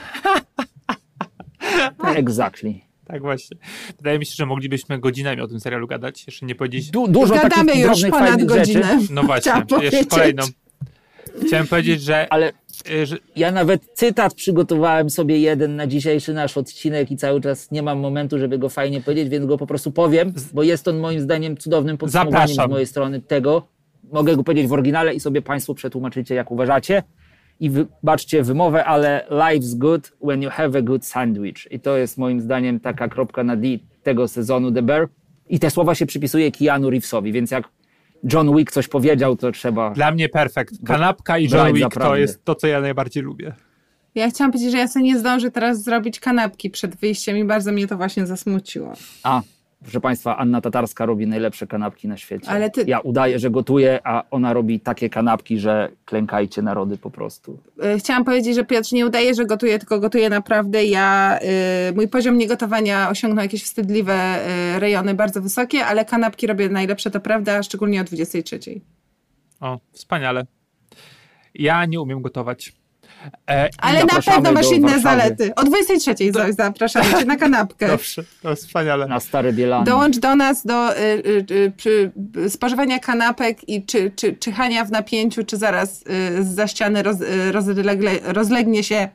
Exactly. Tak właśnie. Wydaje mi się, że moglibyśmy godzinami o tym serialu gadać. Jeszcze nie powiedzieć... Dużo gadamy takich już ponad godzinę. Rzeczy. No właśnie, jeszcze kolejną. Chciałem powiedzieć, że... Ale ja nawet cytat przygotowałem sobie jeden na dzisiejszy nasz odcinek i cały czas nie mam momentu, żeby go fajnie powiedzieć, więc go po prostu powiem, bo jest on moim zdaniem cudownym podsumowaniem z mojej strony tego. Mogę go powiedzieć w oryginale i sobie Państwo przetłumaczycie, jak uważacie. I wybaczcie wymowę, ale life's good when you have a good sandwich. I to jest moim zdaniem taka kropka na D tego sezonu The Bear. I te słowa się przypisuje Keanu Reevesowi, więc jak John Wick coś powiedział, to trzeba... Dla mnie perfekt. Kanapka i John Wick to jest to, co ja najbardziej lubię. Ja chciałam powiedzieć, że ja sobie nie zdążę teraz zrobić kanapki przed wyjściem i bardzo mnie to właśnie zasmuciło. Proszę Państwa, Anna Tatarska robi najlepsze kanapki na świecie. Ale Ja udaję, że gotuję, a ona robi takie kanapki, że klękajcie narody po prostu. Chciałam powiedzieć, że Piotr nie udaje, że gotuje, tylko gotuje naprawdę. Mój poziom niegotowania osiągnął jakieś wstydliwe rejony, bardzo wysokie, ale kanapki robię najlepsze, to prawda, szczególnie o 23. O, wspaniale. Ja nie umiem gotować. Ale na pewno masz inne zalety. O 23 zapraszamy cię na kanapkę. Dobrze, to wspaniale. Na Stare Bielany. Dołącz do nas do spożywania kanapek i czyhania w napięciu, czy zaraz zza ściany rozlegnie się.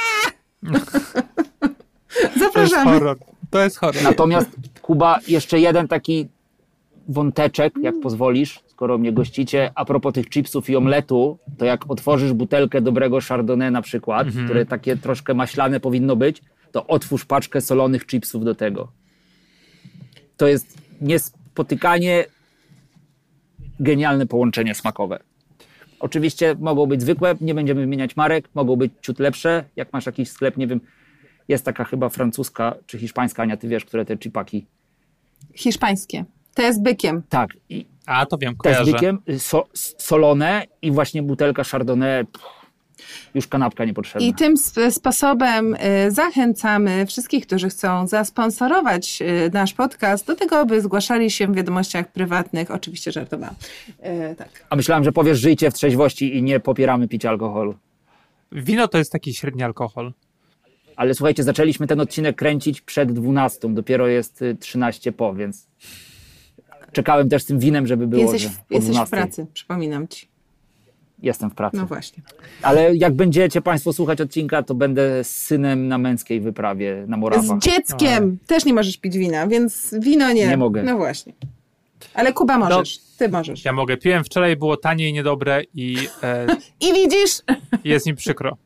Zapraszamy. To jest horror. Natomiast Kuba, jeszcze jeden taki wąteczek, jak pozwolisz, skoro mnie gościcie, a propos tych chipsów i omletu, to jak otworzysz butelkę dobrego Chardonnay na przykład, które takie troszkę maślane powinno być, to otwórz paczkę solonych chipsów do tego. To jest niespotykanie genialne połączenie smakowe. Oczywiście mogą być zwykłe, nie będziemy wymieniać marek, mogą być ciut lepsze. Jak masz jakiś sklep, nie wiem, jest taka chyba francuska czy hiszpańska, Ania, ty wiesz, które te chipaki. Hiszpańskie. To jest bykiem. Tak. A, to wiem, Te kojarzę. z bykiem, solone i właśnie butelka Chardonnay, już kanapka niepotrzebna. I tym sposobem zachęcamy wszystkich, którzy chcą zasponsorować nasz podcast do tego, aby zgłaszali się w wiadomościach prywatnych. Oczywiście żartowałam. Tak. A myślałem, że powiesz, żyjcie w trzeźwości i nie popieramy picia alkoholu. Wino to jest taki średni alkohol. Ale słuchajcie, zaczęliśmy ten odcinek kręcić przed 12, dopiero jest 13 po, więc czekałem też z tym winem, żeby było, że po Jesteś 12. w pracy, przypominam ci. Jestem w pracy. No właśnie. Ale jak będziecie Państwo słuchać odcinka, to będę z synem na męskiej wyprawie na Morawach. Z dzieckiem też nie możesz pić wina, więc wino nie. Nie mogę. No właśnie. Ale Kuba możesz. Ty możesz. Ja mogę. Piłem wczoraj, było tanie i niedobre i I widzisz? jest mi przykro.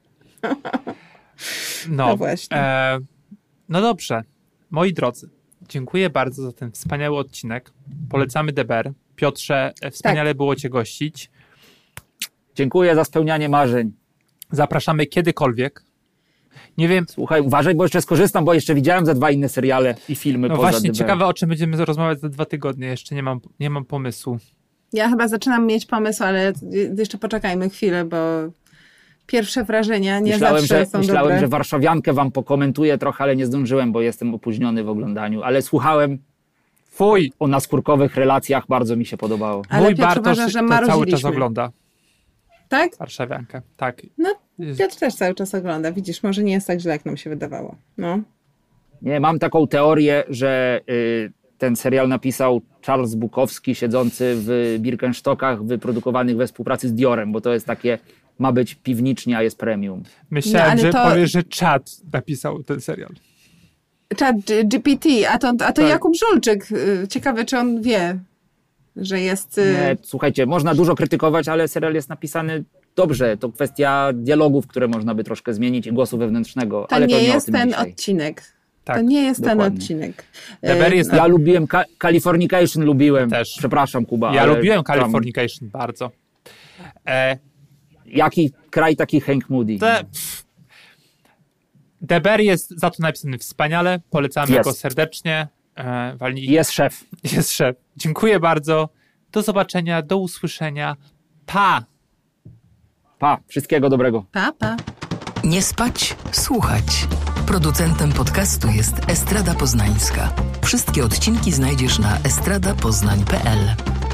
No właśnie. No dobrze. Moi drodzy, dziękuję bardzo za ten wspaniały odcinek. Polecamy DBR. Piotrze, wspaniale było Cię gościć. Dziękuję za spełnianie marzeń. Zapraszamy kiedykolwiek. Nie wiem. Słuchaj, uważaj, bo jeszcze skorzystam, bo jeszcze widziałem za 2 inne seriale i filmy No poza właśnie, DBR. ciekawe, o czym będziemy rozmawiać za 2 tygodnie. Jeszcze nie mam pomysłu. Ja chyba zaczynam mieć pomysł, ale jeszcze poczekajmy chwilę, bo pierwsze wrażenia nie zawsze są Myślałem, dobre. że warszawiankę wam pokomentuję trochę, ale nie zdążyłem, bo jestem opóźniony w oglądaniu. Ale słuchałem Fuj! o naskórkowych relacjach, bardzo mi się podobało. Ale Mój Piotr Bartosz uważa, że to cały czas maruziliśmy. ogląda Tak? warszawiankę. Tak. No, Piotr też cały czas ogląda. Widzisz, może nie jest tak źle, jak nam się wydawało. No. Nie, mam taką teorię, że ten serial napisał Charles Bukowski, siedzący w Birkenstockach, wyprodukowanych we współpracy z Diorem, bo to jest takie, ma być piwnicznie, a jest premium. Myślałem, ale że to- powiesz, że Czad napisał ten serial. Czat GPT, a to Tak. Jakub Żulczyk. Ciekawe, czy on wie, że jest... Nie, słuchajcie, można dużo krytykować, ale serial jest napisany dobrze. To kwestia dialogów, które można by troszkę zmienić i głosu wewnętrznego. To ale nie to nie jest o tym ten dzisiaj. odcinek. Tak, To nie jest ten dokładnie. odcinek. DBR jest Ja lubiłem Californication, lubiłem. Też. Przepraszam, Kuba. Ja ale lubiłem tam- Californication bardzo. Jaki kraj, taki Hank Moody. DBR jest za to napisany wspaniale. Polecamy Jest. go serdecznie. Jest szef. Jest szef. Dziękuję bardzo. Do zobaczenia, do usłyszenia. Pa! Pa, wszystkiego dobrego. Pa, pa. Nie spać, słuchać. Producentem podcastu jest Estrada Poznańska. Wszystkie odcinki znajdziesz na estradapoznań.pl.